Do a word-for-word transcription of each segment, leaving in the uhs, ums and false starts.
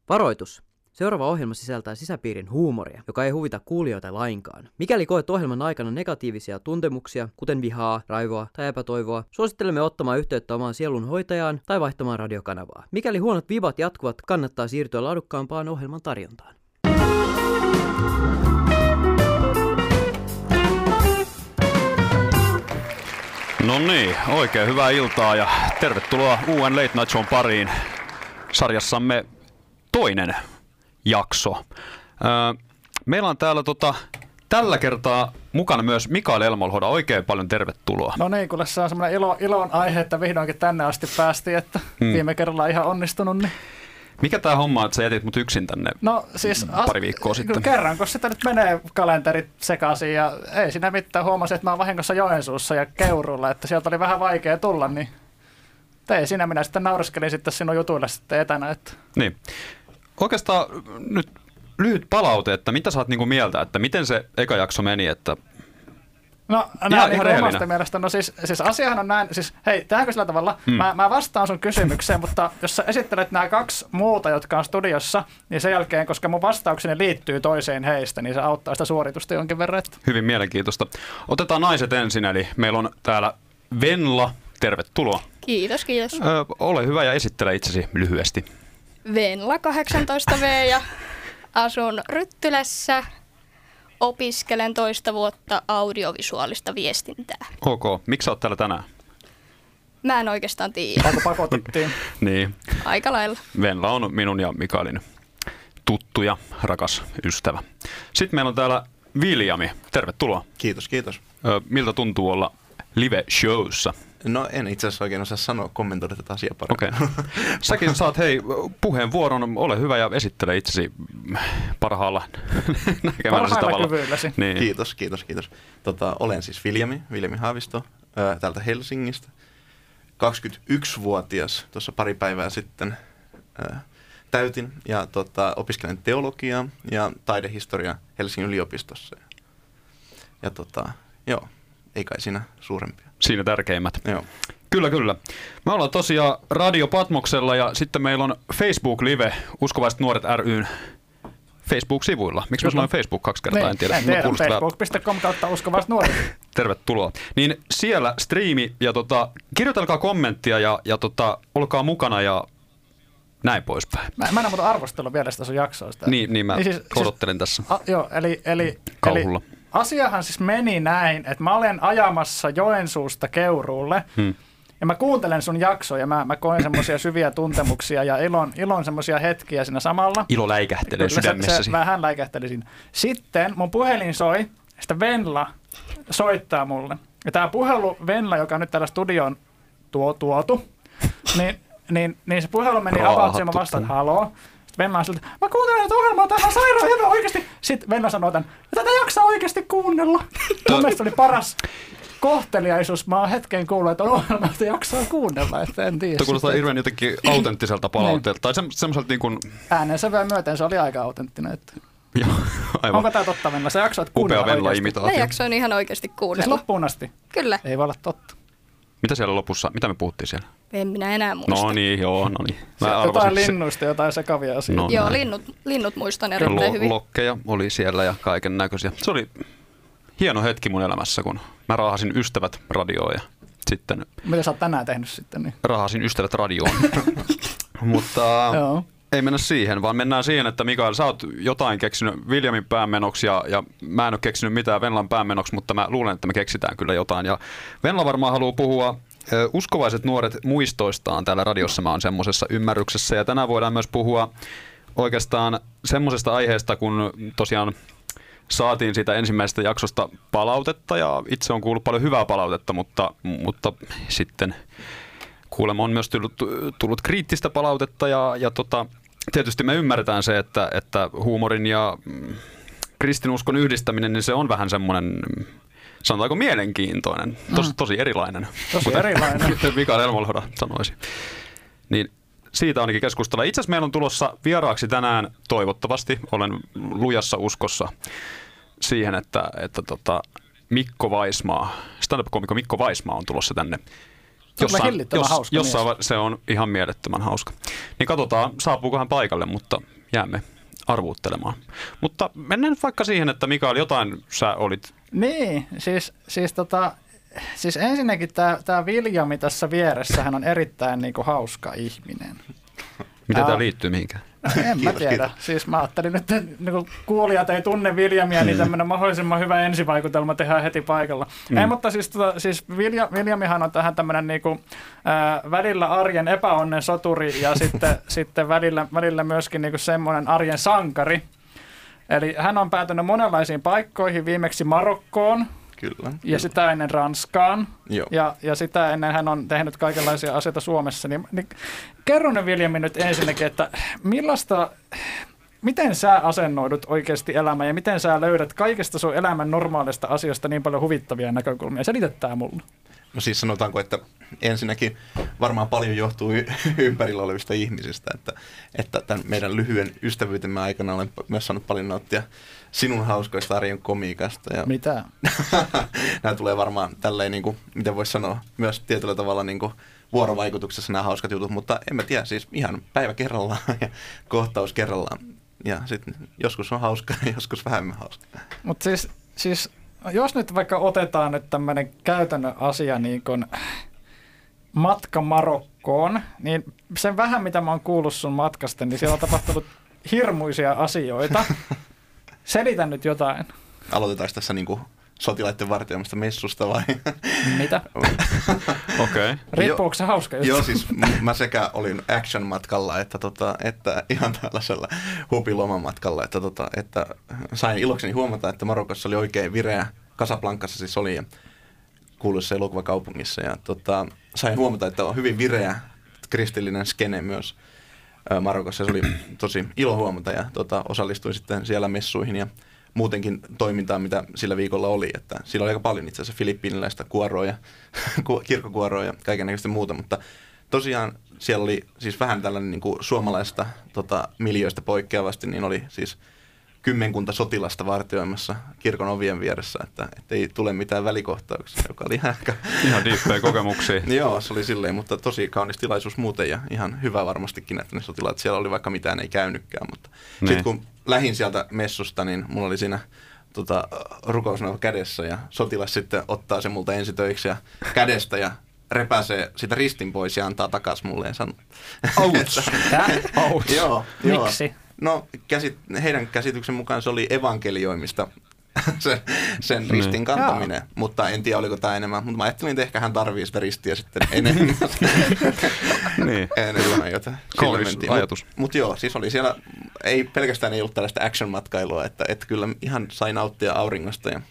Varoitus! Seuraava ohjelma sisältää sisäpiirin huumoria, joka ei huvita kuulijoita lainkaan. Mikäli koet ohjelman aikana negatiivisia tuntemuksia, kuten vihaa, raivoa tai epätoivoa, suosittelemme ottamaan yhteyttä omaan sielun hoitajaan tai vaihtamaan radiokanavaa. Mikäli huonot vibat jatkuvat, kannattaa siirtyä laadukkaampaan ohjelman tarjontaan. No niin, oikein hyvää iltaa ja tervetuloa uuden Late Night Shown pariin. Sarjassamme toinen jakso. Öö, meillä on täällä tota, tällä kertaa mukana myös Mikael Elmolhoda. Oikein paljon tervetuloa. No niin, kuule se on semmoinen ilo, ilon aihe, että vihdoinkin tänne asti päästiin, että hmm. viime kerralla ihan onnistunut. Niin. Mikä tää homma, että sä jätit mut yksin tänne no, siis pari viikkoa sitten? Kerran, kun sitä nyt menee kalenterit sekaisin ja ei siinä mitään, huomasin, että mä oon vahingossa Joensuussa ja Keurulla, että sieltä oli vähän vaikea tulla, niin ei siinä minä sitten nauriskelin sitten sinun jutuille sitten etänä. Että. Niin. Oikeastaan nyt lyhyt palaute, että mitä sä oot niinku mieltä, että miten se eka jakso meni, että no näin ihan niin omasta mielestä. No siis, siis asiahan on näin, siis hei, tehdäänkö sillä tavalla? Hmm. Mä, mä vastaan sun kysymykseen, mutta jos sä esittelet nämä kaksi muuta, jotka on studiossa, niin sen jälkeen, koska mun vastaukseni liittyy toiseen heistä, niin se auttaa sitä suoritusta jonkin verran. Että. Hyvin mielenkiintoista. Otetaan naiset ensin, eli meillä on täällä Venla, tervetuloa. Kiitos, kiitos. Ö, ole hyvä ja esittele itsesi lyhyesti. Venla, kahdeksantoista vuotta ja asun Ryttylässä. Opiskelen toista vuotta audiovisuaalista viestintää. Ok. Miksi sä oot täällä tänään? Mä en oikeastaan tiedä. Aika pakotettiin. Niin. Aika lailla. Venla on minun ja Mikaelin tuttu ja rakas ystävä. Sitten meillä on täällä Viljami. Tervetuloa. Kiitos, kiitos. Ö, miltä tuntuu olla live-showssa? No en itse asiassa oikein osaa sanoa, kommentoida tätä asiaa paremmin. Okei. Okay. Säkin saat hei puheenvuoron, ole hyvä ja esittele itsesi parhaalla näkemälläsi tavalla. Niin. Kiitos, kiitos, kiitos. Tota, olen siis Viljami, Viljami Haavisto, ää, täältä Helsingistä. kaksikymmentäyksivuotias, tuossa pari päivää sitten ää, täytin ja tota, opiskelen teologiaa ja taidehistoriaa Helsingin yliopistossa. Ja tota, joo, ei kai siinä suurempia. Siinä tärkeimmät. Joo. Kyllä, kyllä. Me ollaan tosiaan Radio Patmoksella ja sitten meillä on Facebook Live Uskovaiset nuoret ry:n Facebook-sivuilla. Miksi mä sanoin Facebook kaksi kertaa, niin, en tiedä. En tiedä, facebook piste com kautta uskovaiset nuoret. Tervetuloa. Niin siellä striimi ja tota, kirjoitelkaa kommenttia ja, ja tota, olkaa mukana ja näin poispäin. Mä, mä en ole muuta arvostellut vielä sitä sun jaksoista. Niin, niin mä niin siis, odottelen siis, tässä. A, joo, eli, eli, kauhulla. Eli asiahan siis meni näin, että mä olen ajamassa Joensuusta Keuruulle hmm. ja mä kuuntelen sun jaksoja, mä, mä koen semmoisia syviä tuntemuksia ja ilon, ilon semmoisia hetkiä siinä samalla. Ilo läikähtelee sydämessäsi. Se, se vähän läikähteli siinä. Sitten mun puhelin soi, sitten Venla soittaa mulle. Ja tää puhelu Venla, joka on nyt täällä studioon tuo, tuotu, niin, niin, niin se puhelu meni avautsi ja mä vastaan, että haloo. Venla on siltä, mä kuuntelen tätä ohjelmaa, tämä on sairaan hyvä oikeasti. Sitten Venla sanoo tämän, tätä jaksaa oikeasti kuunnella. Mun mielestä oli paras kohteliaisuus. Mä oon hetken kuullut, että on ohjelma, että jaksaa kuunnella, että en tiedä. Tuo kuulostaa hirveän jotenkin autenttiselta palautteelta. Tai semmoiselta niin kuin äänensävyä myöten se oli aika autenttinen. Että. Joo, aivan. Onko tää totta, Venla? Sä jaksoit kuunnella Upea oikeasti. Mä jaksoin ihan oikeasti kuunnella. Siis loppuun asti? Kyllä. Ei voi olla totta. Mitä siellä lopussa, mitä me puhuttiin siellä? En minä enää muista. No niin, joo, no niin. Jotain linnuista, jotain sekavia asioita. No, joo, linnut, linnut muistan erittäin Lo- hyvin. Lokkeja oli siellä ja kaiken näköisiä. Se oli hieno hetki mun elämässä, kun mä raahasin ystävät radioon ja sitten. Mitä sä oot tänään tehnyt sitten? Niin? Raahasin ystävät radioon. Mutta joo. Ei mennä siihen, vaan mennään siihen, että Mikael, sä oot jotain keksinyt Viljamin päämenoksi ja, ja mä en ole keksinyt mitään Venlan päämenoksi, mutta mä luulen, että me keksitään kyllä jotain. Ja Venla varmaan haluaa puhua ö, uskovaiset nuoret muistoistaan täällä radiossa, mä oon semmoisessa ymmärryksessä. Ja tänään voidaan myös puhua oikeastaan semmoisesta aiheesta, kun tosiaan saatiin siitä ensimmäisestä jaksosta palautetta ja itse on kuullut paljon hyvää palautetta, mutta, mutta sitten kuulemma on myös tullut, tullut kriittistä palautetta ja, ja tota, tietysti me ymmärretään se, että, että huumorin ja kristinuskon yhdistäminen, niin se on vähän semmoinen, sanotaanko mielenkiintoinen, tos, tosi erilainen. Tosi kuten, erilainen. Kuten Mikael Elmolhoda sanoisi. Niin siitä ainakin keskustella. Itse asiassa meillä on tulossa vieraaksi tänään, toivottavasti, olen lujassa uskossa siihen, että, että tota, Mikko Vaismaa, stand-up-komikko Mikko Vaismaa on tulossa tänne Jossain, hillittömän jos, hauska jossain mies. va- se on ihan mielettömän hauska. Niin katsotaan, saapuuko hän paikalle, mutta jäämme arvuuttelemaan. Mutta mennään nyt vaikka siihen, että Mikael, jotain sä olit. Niin, siis, siis, tota, siis ensinnäkin tämä tää Viljami tässä vieressä, hän on erittäin niinku hauska ihminen. Miten Ää, tämä liittyy mihinkään? En mä tiedä. Siis mä ajattelin nyt, että niin kuulijat ei tunne Viljamia, niin tämmöinen mahdollisimman hyvä ensivaikutelma tehdään heti paikalla. Mm. Ei, mutta siis, tota, siis Vilja, Viljamihan on tähän tämmöinen niinku, äh, välillä arjen epäonnen soturi ja sitten, sitten välillä, välillä myöskin niinku semmoinen arjen sankari. Eli hän on päätynyt monenlaisiin paikkoihin, viimeksi Marokkoon. Kyllä. Ja kyllä. sitä ennen Ranskaan. Joo. Ja, ja sitä ennen hän on tehnyt kaikenlaisia asioita Suomessa. Niin, niin kerro ne Viljami nyt ensinnäkin, että millaista, miten sä asennoidut oikeasti elämään ja miten sä löydät kaikesta sun elämän normaalista asioista niin paljon huvittavia näkökulmia? Selitä tää mulle. No siis sanotaanko, että ensinnäkin varmaan paljon johtuu y- ympärillä olevista ihmisistä, että, että tämän meidän lyhyen ystävyytemme aikana olen myös saanut paljon nauttia sinun hauskoista arjen komiikasta. Ja Mitä? nämä tulee varmaan tälleen, niin kuin, miten voisi sanoa, myös tietyllä tavalla niin kuin vuorovaikutuksessa nämä hauskat jutut, mutta en mä tiedä, siis ihan päivä kerrallaan ja kohtaus kerrallaan. Ja sitten joskus on hauskaa ja joskus vähemmän hauskaa. Mutta siis, siis jos nyt vaikka otetaan nyt tämmöinen käytännön asia niin kuin matka Marokkoon, niin sen vähän mitä mä oon kuullut sun matkasta, niin siellä on tapahtunut hirmuisia asioita. Selitä nyt jotain. Aloitetaanko tässä niin kuin sotilaiden vartioimasta messusta vai? Mitä? Okei. Okay. Riippuuko se hauska juttu? Joo, siis m- mä sekä olin action-matkalla, että, tota, että ihan tällaisella hupiloman-matkalla, että, tota, että sain ilokseni huomata, että Marokossa oli oikein vireä, Casablancassa siis oli ja kuuluisessa elokuvakaupungissa, ja tota, sain huomata, että on hyvin vireä kristillinen skene myös Marokossa. Se oli tosi ilo huomata ja tota, osallistuin sitten siellä messuihin ja muutenkin toimintaan, mitä sillä viikolla oli. Että siellä oli aika paljon itse asiassa filippiiniläistä kuoroa ja kirkkokuoroa ja kaikennäköistä muuta, mutta tosiaan siellä oli siis vähän tällainen niin kuin suomalaista tota, miljöistä poikkeavasti, niin oli siis kymmenkunta sotilasta vartioimassa kirkon ovien vieressä, että ei tule mitään välikohtauksia, joka oli aika... Ihan diippejä kokemuksia. Joo, se oli silleen, mutta tosi kaunis tilaisuus muuten ja ihan hyvä varmastikin, että ne sotilaat siellä oli, vaikka mitään ei käynytkään. Mutta niin. Sitten kun lähdin sieltä messusta, niin mulla oli siinä tota, rukousneuvo kädessä ja sotilas sitten ottaa se multa ensitöiksi ja kädestä ja repäsee sitä ristin pois ja antaa takas mulle ja sanoo... Ouch. Ouch. Joo, joo. Miksi? No käsit, heidän käsityksen mukaan se oli evankelioimista, se, sen ristin kantaminen, Jaa. mutta en tiedä oliko tämä enemmän, mutta mä ajattelin, että ehkä hän tarvii sitä ristiä sitten enemmän. niin. enemmän jotain. Kaunis ajatus. Mutta mut joo, siis oli siellä, ei pelkästään ei ollut tällaista action-matkailua, että, että kyllä ihan sai nauttia auringosta ja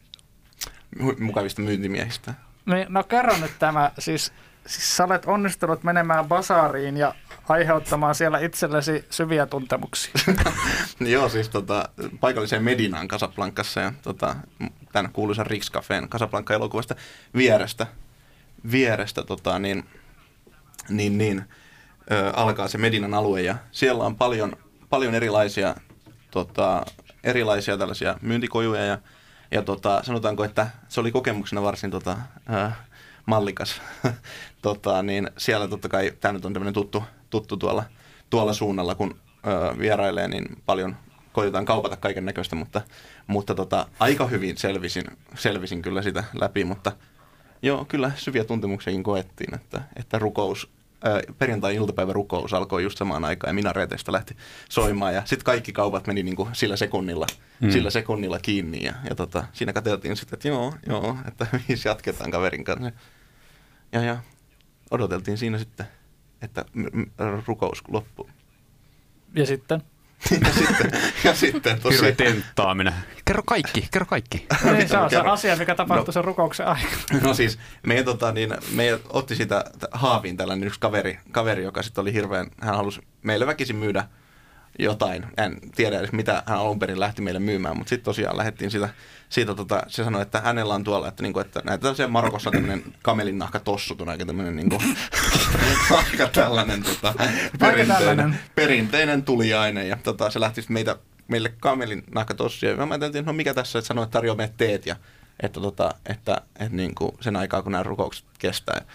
mukavista myyntimiehistä. No kerro nyt tämä, siis, siis sä olet onnistunut menemään basaariin ja aiheuttamaan siellä itsellesi syviä tuntemuksia. Joo, siis tota, paikalliseen Medinaan Casablancassa ja tota, tämän kuuluisan Rix Cafén Casablanca-elokuvasta vierestä, vierestä tota, niin, niin, niin, ö, alkaa se Medinan alue ja siellä on paljon, paljon erilaisia, tota, erilaisia tällaisia myyntikojuja ja, ja tota, sanotaanko, että se oli kokemuksena varsin tota, ö, mallikas. tota, niin siellä totta kai, tämä nyt on tämmöinen tuttu, tuttu tuolla, tuolla suunnalla, kun ö, vierailee, niin paljon koitetaan kaupata kaiken näköistä, mutta, mutta tota, aika hyvin selvisin, selvisin kyllä sitä läpi, mutta joo, kyllä syviä tuntemuksiakin koettiin, että, että rukous, ö, perjantai-iltapäivän rukous alkoi just samaan aikaan ja minareteista lähti soimaan ja sitten kaikki kaupat meni niin kuin sillä sekunnilla, hmm. sillä sekunnilla kiinni ja, ja tota, siinä katseltiin sitten, että joo, joo, että mihin jatketaan kaverin kanssa. Ja, ja odoteltiin siinä sitten, että m- m- rukous loppuu. Ja sitten? ja sitten, ja sitten tosi... Hirveä tenttaaminen. Kerro kaikki, kerro kaikki. Niin, se on se asia, mikä tapahtui no, sen rukouksen aikana. No siis, meidän, tota, niin, meidän otti siitä haaviin tällainen yksi kaveri, kaveri joka sitten oli hirveän, hän halusi meille väkisin myydä jotain. En tiedä edes mitä hän alun perin lähti meille myymään, mutta sitten tosiaan lähdettiin siitä, siitä tota, se sanoi, että hänellä on tuolla, että, niinku, että näitä tällaisia Marokossa tämmöinen kamelin nahka tossutun, aika tämmöinen niinku, aika tällainen, tota, perinteinen, perinteinen tuliaine. Ja tota, se lähti meitä, meille kamelin nahka tossia. Ja mä ajattelin, että no mikä tässä, että sanoi, että tarjoaa meille teet ja että, tota, että, että, että niinku sen aikaa, kun nämä rukoukset kestää.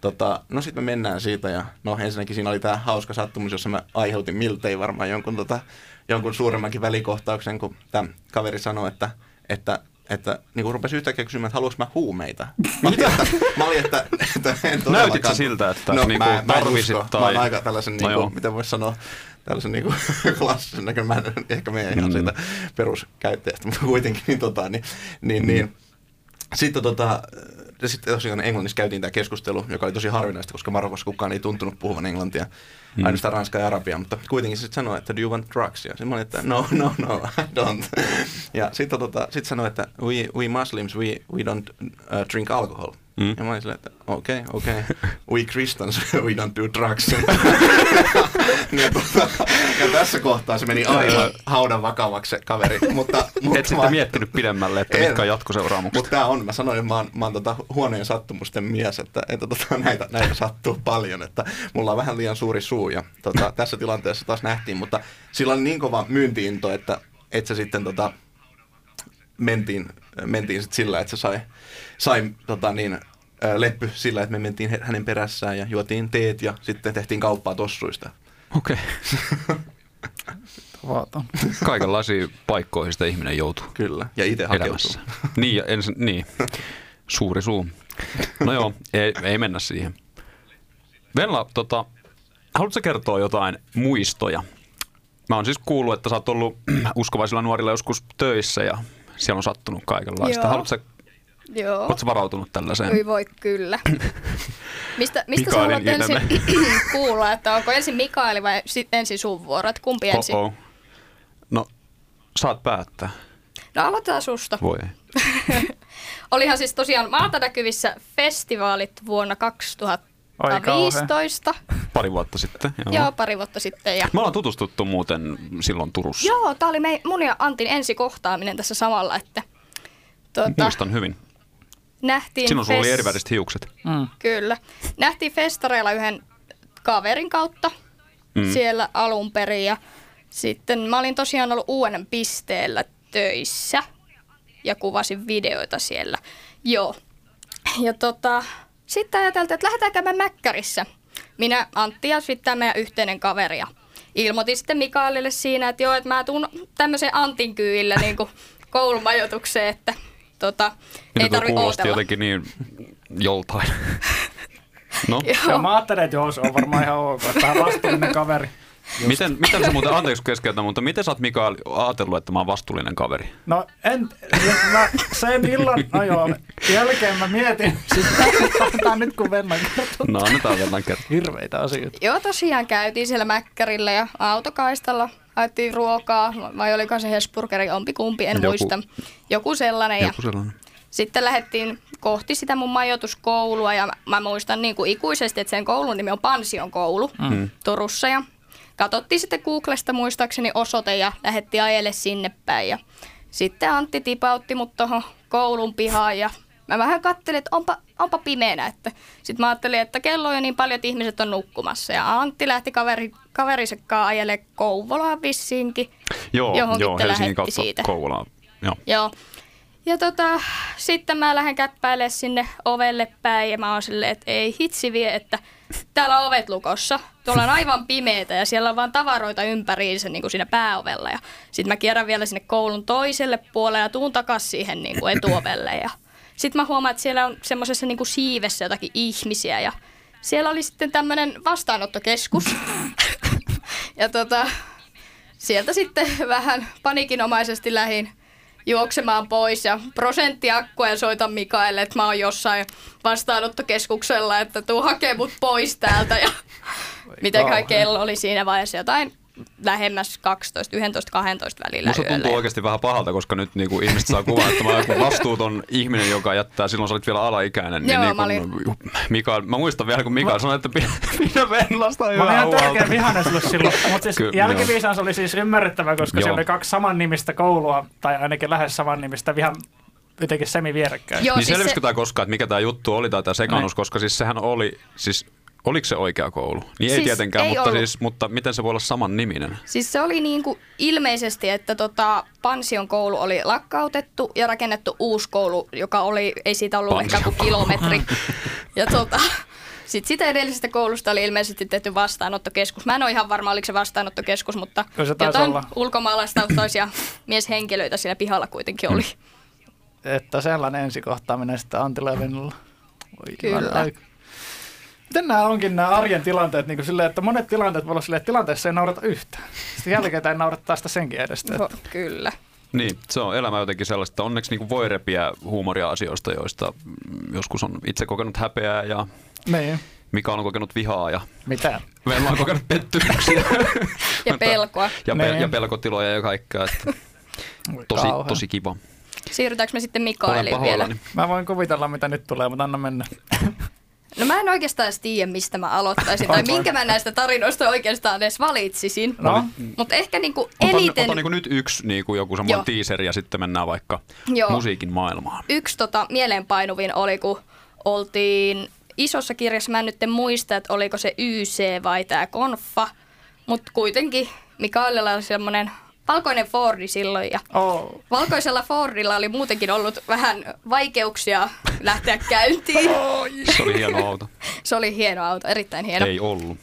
tota, no sitten me mennään siitä ja no ensinnäkin siinä oli tämä hauska sattumus, jossa mä aiheutin miltei varmaan jonkun, tota, jonkun suuremmankin välikohtauksen, kun tämä kaveri sanoi, että, että että niin kuin rupesi yhtäkkiä kysymään, että haluanko mä huumeita. Mä olin, että, mä olin, että, että en todellakaan. Näytitkö siltä, että no, niin mä, kuin mä tarvisit? Tai... Mä oon aika tällaisen, niin kuin, no miten voisi sanoa, tällaisen niin kuin klassisen näköinen. Mä en ehkä mene ihan mm. siitä peruskäyttäjästä, mutta kuitenkin. Niin, tota, niin, niin, mm. niin. Sitten tota, sitten tosiaan englannissa käytiin tämä keskustelu, joka oli tosi harvinaista, koska Marokossa kukaan ei tuntunut puhuvan englantia. Mm. Ainoastaan ranskaa ja arabia, mutta kuitenkin se sanoi, että do you want drugs? Ja sitten mä olin, että no, no, no, I don't. Ja sitten tota, sit sanoi, että we, we Muslims, we, we don't uh, drink alcohol. Mm. Ja mä olin silleen, että okei, okay, okei, okay. We Christians, we don't do drugs. ja, tota, ja tässä kohtaa se meni aivan haudan vakavaksi se kaveri. Mutta, mutta et sitten miettinyt pidemmälle, että en, mitkä on jatkoseuraamukset. Mutta tämä on, mä sanoin, että mä oon, mä oon tota huoneen sattumusten mies, että, että tota, näitä, näitä sattuu paljon, että mulla on vähän liian suuri suu ja tota, tässä tilanteessa taas nähtiin, mutta sillä oli niin kova myyntiinto, että, että se sitten tota, mentiin, mentiin sit sillä, että se sai, sai tota, niin, leppy sillä, että me mentiin hänen perässään ja juotiin teet ja sitten tehtiin kauppaa tossuista. Okei. Okay. Kaikenlaisiin paikkoihin sitä ihminen joutuu. Kyllä, ja itse hakeutuu. Niin, ja ensin, niin, suuri suu. No joo, ei, ei mennä siihen. Venla, tota, haluatko kertoa jotain muistoja? Mä oon siis kuullut, että sä oot ollut uskovaisilla nuorilla joskus töissä ja siellä on sattunut kaikenlaista. Haluatko Joo. Oletko varautunut tällaiseen? Voi voi, kyllä. Mistä, mistä sä haluat ensin kuulla, että onko ensin Mikaeli vai ensin sun vuoro? Että kumpi ensin? Oh-oh. No, saat päättää. No aloitetaan susta. Voi. Olihan siis tosiaan Maatanäkyvissä festivaalit vuonna kaksituhattaviisitoista. Pari vuotta sitten. Joo, joo pari vuotta sitten. Ja... Me ollaan tutustuttu muuten silloin Turussa. Joo, tää oli me, mun ja Antin ensikohtaaminen tässä samalla, että... Tuota, muistan hyvin. Nähtiin Sinun sulla fes... oli eriväriset hiukset. Mm. Kyllä. Nähtiin festareilla yhden kaverin kautta mm. siellä alun perin. Ja sitten mä olin tosiaan ollut U N pisteellä töissä ja kuvasin videoita siellä. Joo. Ja tota, sitten ajateltiin, että lähdetään käymään Mäkkärissä. Minä, Antti ja sitten meidän yhteinen kaveri. Ja ilmoitin sitten Mikaelille siinä, että joo, että mä tuun tämmöisen Antin kyydillä niin kuin koulumajoitukseen, että tota, ei tarvitse kuulosti jotenkin niin joltain. No. Ja mä ajattelin, että joo, se on varmaan ihan ok, että tämä vastuullinen kaveri. Miten, miten sä muuten, anteeksi keskeytä, mutta miten sä oot Mikael ajatellut, että mä oon vastuullinen kaveri? No en, mä sen illan, no joo, jälkeen mä mietin, sitten annetaan nyt kun Venlan kertoo. No annetaan Venlan kertoo. Hirveitä asioita. Joo, tosiaan käytiin siellä Mäkkärillä ja autokaistalla. Haettiin ruokaa, vai oliko se Hesburgeri, ompikumpi, en Joku. muista. Joku sellainen. Joku sellainen. Ja sitten lähdettiin kohti sitä mun majoituskoulua ja mä, mä muistan niin kuin ikuisesti, että sen koulun nimi on Pansion koulu mm. Turussa. Ja katsottiin sitten Googlesta muistaakseni osoite ja lähdettiin ajelle sinne päin. Ja sitten Antti tipautti mut tuohon koulun pihaan ja mä vähän katselin, että onpa, onpa pimeänä. Sitten mä ajattelin, että kello on jo niin paljon, että ihmiset on nukkumassa. Ja Antti lähti kaveri, kaverisekkaan ajelle Kouvolaan vissiinkin. Joo, joo Helsingin kautta siitä. Kouvolaan. Joo. joo. Ja tota, sitten mä lähden käppäilemään sinne ovelle päin ja mä oon silleen, että ei hitsi vie, että täällä on ovet lukossa. Tuolla on aivan pimeätä ja siellä on vaan tavaroita ympäriinsä niin kuin siinä pääovella. Ja sitten mä kierrän vielä sinne koulun toiselle puolelle ja tuun takaisin siihen niin kuin etuovelle. Ja sitten mä huomaan, että siellä on semmoisessa niin kuin siivessä jotakin ihmisiä ja siellä oli sitten tämmöinen vastaanottokeskus. ja tota, sieltä sitten vähän panikinomaisesti lähdin juoksemaan pois ja prosenttiakkua ja soitan Mikaelle, että mä oon jossain vastaanottokeskuksella, että tuu hakee mut pois täältä. Ja mitenköhän kello oli siinä vaiheessa jotain lähemmäs kaksitoista, yksitoista, kaksitoista välillä musta yöllä. Tuntuu oikeasti vähän pahalta, koska nyt niinku ihmiset saa kuvaa, että mä oon joku vastuuton ihminen, joka jättää, silloin sä olit vielä alaikäinen. Niin Joo, niin mä olin. Mikael, mä muistan vielä, kun Mikael sanoi, että minä Venlasta on Mä olin hyvä ihan huolta. törkeä vihainen sulle silloin, mutta siis Ky- jälkiviisaus oli siis ymmärrettävä, koska Joo. siellä oli kaksi saman nimistä koulua, tai ainakin lähes saman nimistä, ihan jotenkin semivierekkäin. Joo, Niin siis selvisikö se, tämä koskaan, että mikä tämä juttu oli tai tämä sekannus, koska siis sehän oli, siis oliko se oikea koulu? Niin ei Siis tietenkään, ei mutta, ollut. siis, mutta miten se voi olla saman niminen? siis se oli niin kuin ilmeisesti, että tota, Pansion koulu oli lakkautettu ja rakennettu uusi koulu, joka oli, ei siitä ollut Pansion ehkä kuin kilometri. ja tota, Sitten sitä edellisestä koulusta oli ilmeisesti tehty vastaanottokeskus. Mä en ole ihan varma, oliko se vastaanottokeskus, mutta se jotain olla. ulkomaalaistaustaisia mieshenkilöitä siellä pihalla kuitenkin oli. Että sellainen ensikohtaaminen sitten Antilla ja Vennalla. Kyllä. Miten nämä onkin nämä arjen tilanteet, niin kuin silleen, että monet tilanteet voi olla silleen, että tilanteessa ei naurata yhtään. Sitten jälkeen naurattaa sitä senkin edestä. No, että... kyllä. Niin, se on elämä jotenkin sellaista, että onneksi niin voi repiä huumoria asioista, joista joskus on itse kokenut häpeää ja niin. Mika on kokenut vihaa ja mitä? Venla on kokenut pettymyksiä. Ja pelkoa. ja, pel- ja pelkotiloja ja kaikkea. Että tosi, tosi kiva. Siirrytäänkö me sitten Mikaeliin vielä? Mä voin kuvitella, mitä nyt tulee, mutta anna mennä. No mä en oikeastaan edes tiedä, mistä mä aloittaisin, tai minkä mä näistä tarinoista oikeastaan edes valitsisin. No. Mutta ehkä niinku eniten... eniten... Ota, ota niinku nyt yksi niinku joku semmoinen teaser ja sitten mennään vaikka Joo. musiikin maailmaan. Yksi tota, mieleenpainuvin oli, kun oltiin isossa kirjassa, mä en nyt muista, että oliko se Y C vai tää konfa, mutta kuitenkin Mikaelilla oli semmoinen valkoinen Fordi silloin ja oh. valkoisella Fordilla oli muutenkin ollut vähän vaikeuksia lähteä käyntiin. Oh, se oli hieno auto. Se oli hieno auto, erittäin hieno. Ei ollut.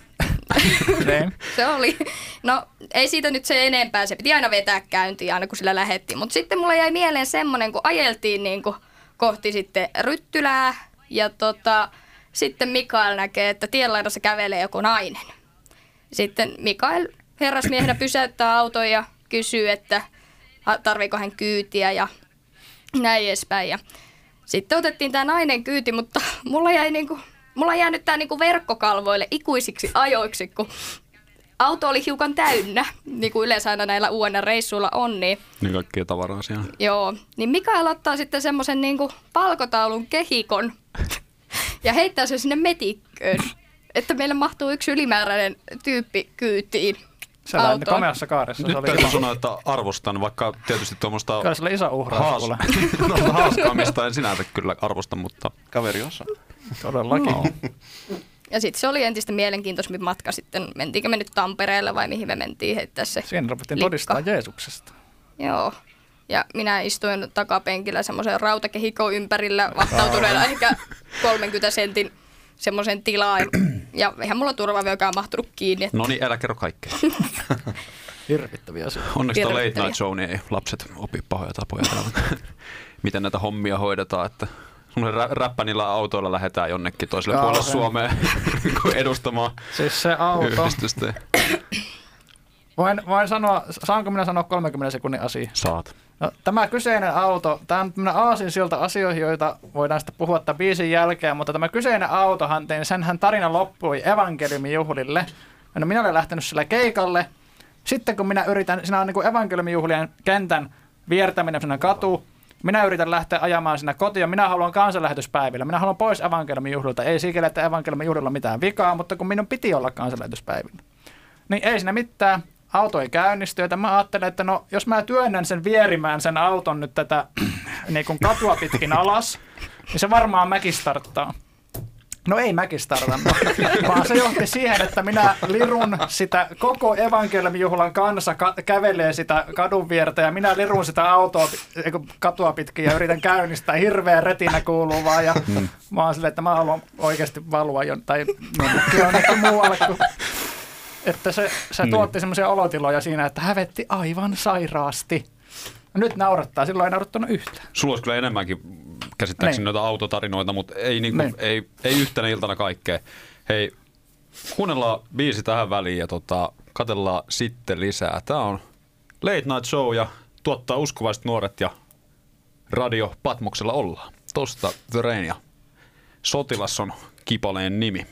Se oli. No ei siitä nyt se enempää, se piti aina vetää käyntiin aina kun sillä lähettiin. Mutta sitten mulla jäi mieleen semmoinen, kun ajeltiin niin kuin kohti sitten Ryttylää ja tota, sitten Mikael näkee, että tienlaidassa kävelee joku nainen. Sitten Mikael herrasmiehenä pysäyttää auton ja kysyy, että tarviiko hän kyytiä ja näin edespäin. Ja sitten otettiin tämä nainen kyyti, mutta mulla jäi niinku, mulla jäi nyt tämä niinku verkkokalvoille ikuisiksi ajoiksi, kun auto oli hiukan täynnä, niin kuin yleensä aina näillä U N-reissuilla on. Niin, niin kaikkea tavaraa siellä. Joo, niin Mikael ottaa sitten semmoisen niinku palkotaulun kehikon ja heittää sen sinne metikköön, että meille mahtuu yksi ylimääräinen tyyppi kyytiin. Sellainen komeassa kaaressa. Nyt täytyy sanoa, että arvostan, vaikka tietysti tuommoista kyllä sillä iso uhraus haas- haaskaamista en sinänsä kyllä arvosta, mutta kaveri osaa. Todellakin. No. Ja sitten se oli entistä mielenkiintoisempi matka sitten. Mentiinkö me nyt Tampereelle vai mihin me mentiin heittää se siinä ruvettiin likka. Todistaa Jeesuksesta. Joo. Ja minä istuin takapenkillä semmoisen rautakehikon ympärillä vahtautuneena ehkä kolmenkymmenen sentin semmoisen tilaan. Ja eihän mulla turvavyökään mahtunut kiinni. Että... No niin, älä kerro kaikkea. Hirvittäviä asioita. Onneksi tuo Late Night Show, niin ei lapset opi pahoja tapoja täällä. Miten näitä hommia hoidetaan, että semmoisen rä- räppänillä autoilla lähdetään jonnekin toiselle Kauhean. puolelle Suomeen edustamaan siis se auto. Yhdistystä. Voin, voin sanoa, saanko minä sanoa kolmenkymmenen sekunnin asia? Saat. No, tämä kyseinen auto, tämä on tämmöinen aasinsilta asioihin, joita voidaan sitten puhua tämän biisin jälkeen, mutta tämä kyseinen autohan, tein, senhän tarina loppui evankeliumin juhlille. No, minä olen lähtenyt sillä keikalle. Sitten kun minä yritän, siinä on niin kuin evankeliumin juhlien kentän viertäminen sinne katu, minä yritän lähteä ajamaan sinne kotiin, minä haluan kansanlähetyspäivillä. Minä haluan pois evankeliumin juhlilta. Ei sikäli, että evankeliumin juhlilla on mitään vikaa, mutta kun minun piti olla kansanlähetyspäivillä. Niin ei siinä mitään. Auto ei käynnisty, ja mä ajattelen, että no, jos mä työnnän sen vierimään sen auton nyt tätä niin kuin katua pitkin alas, niin se varmaan mäkistarttaa. No ei mäkistartannut, vaan se johti siihen, että minä lirun sitä koko evankeliumijuhlan kanssa ka- kävelee sitä kadun viertä, ja minä lirun sitä autoa katua pitkin ja yritän käynnistää. Hirveä retinä kuuluu vaan, ja hmm. mä oon silleen, että mä haluan oikeasti valua jo, tai jonnekin muualle kuin... Että se, se niin. tuotti semmoisia olotiloja siinä, että hävetti aivan sairaasti. Nyt naurattaa, silloin ei naurattanut yhtään. Sulla olisi kyllä enemmänkin käsittääkseni niin. noita autotarinoita, mutta ei, niinku, niin. ei, ei yhtenä iltana kaikkea. Hei, kuunnellaan biisi tähän väliin ja tota, katsellaan sitten lisää. Tämä on Late Night Show ja tuottaa uskovaiset nuoret ja Radio Patmoksella ollaan. Tosta The Rain ja Sotilas on kipaleen nimi.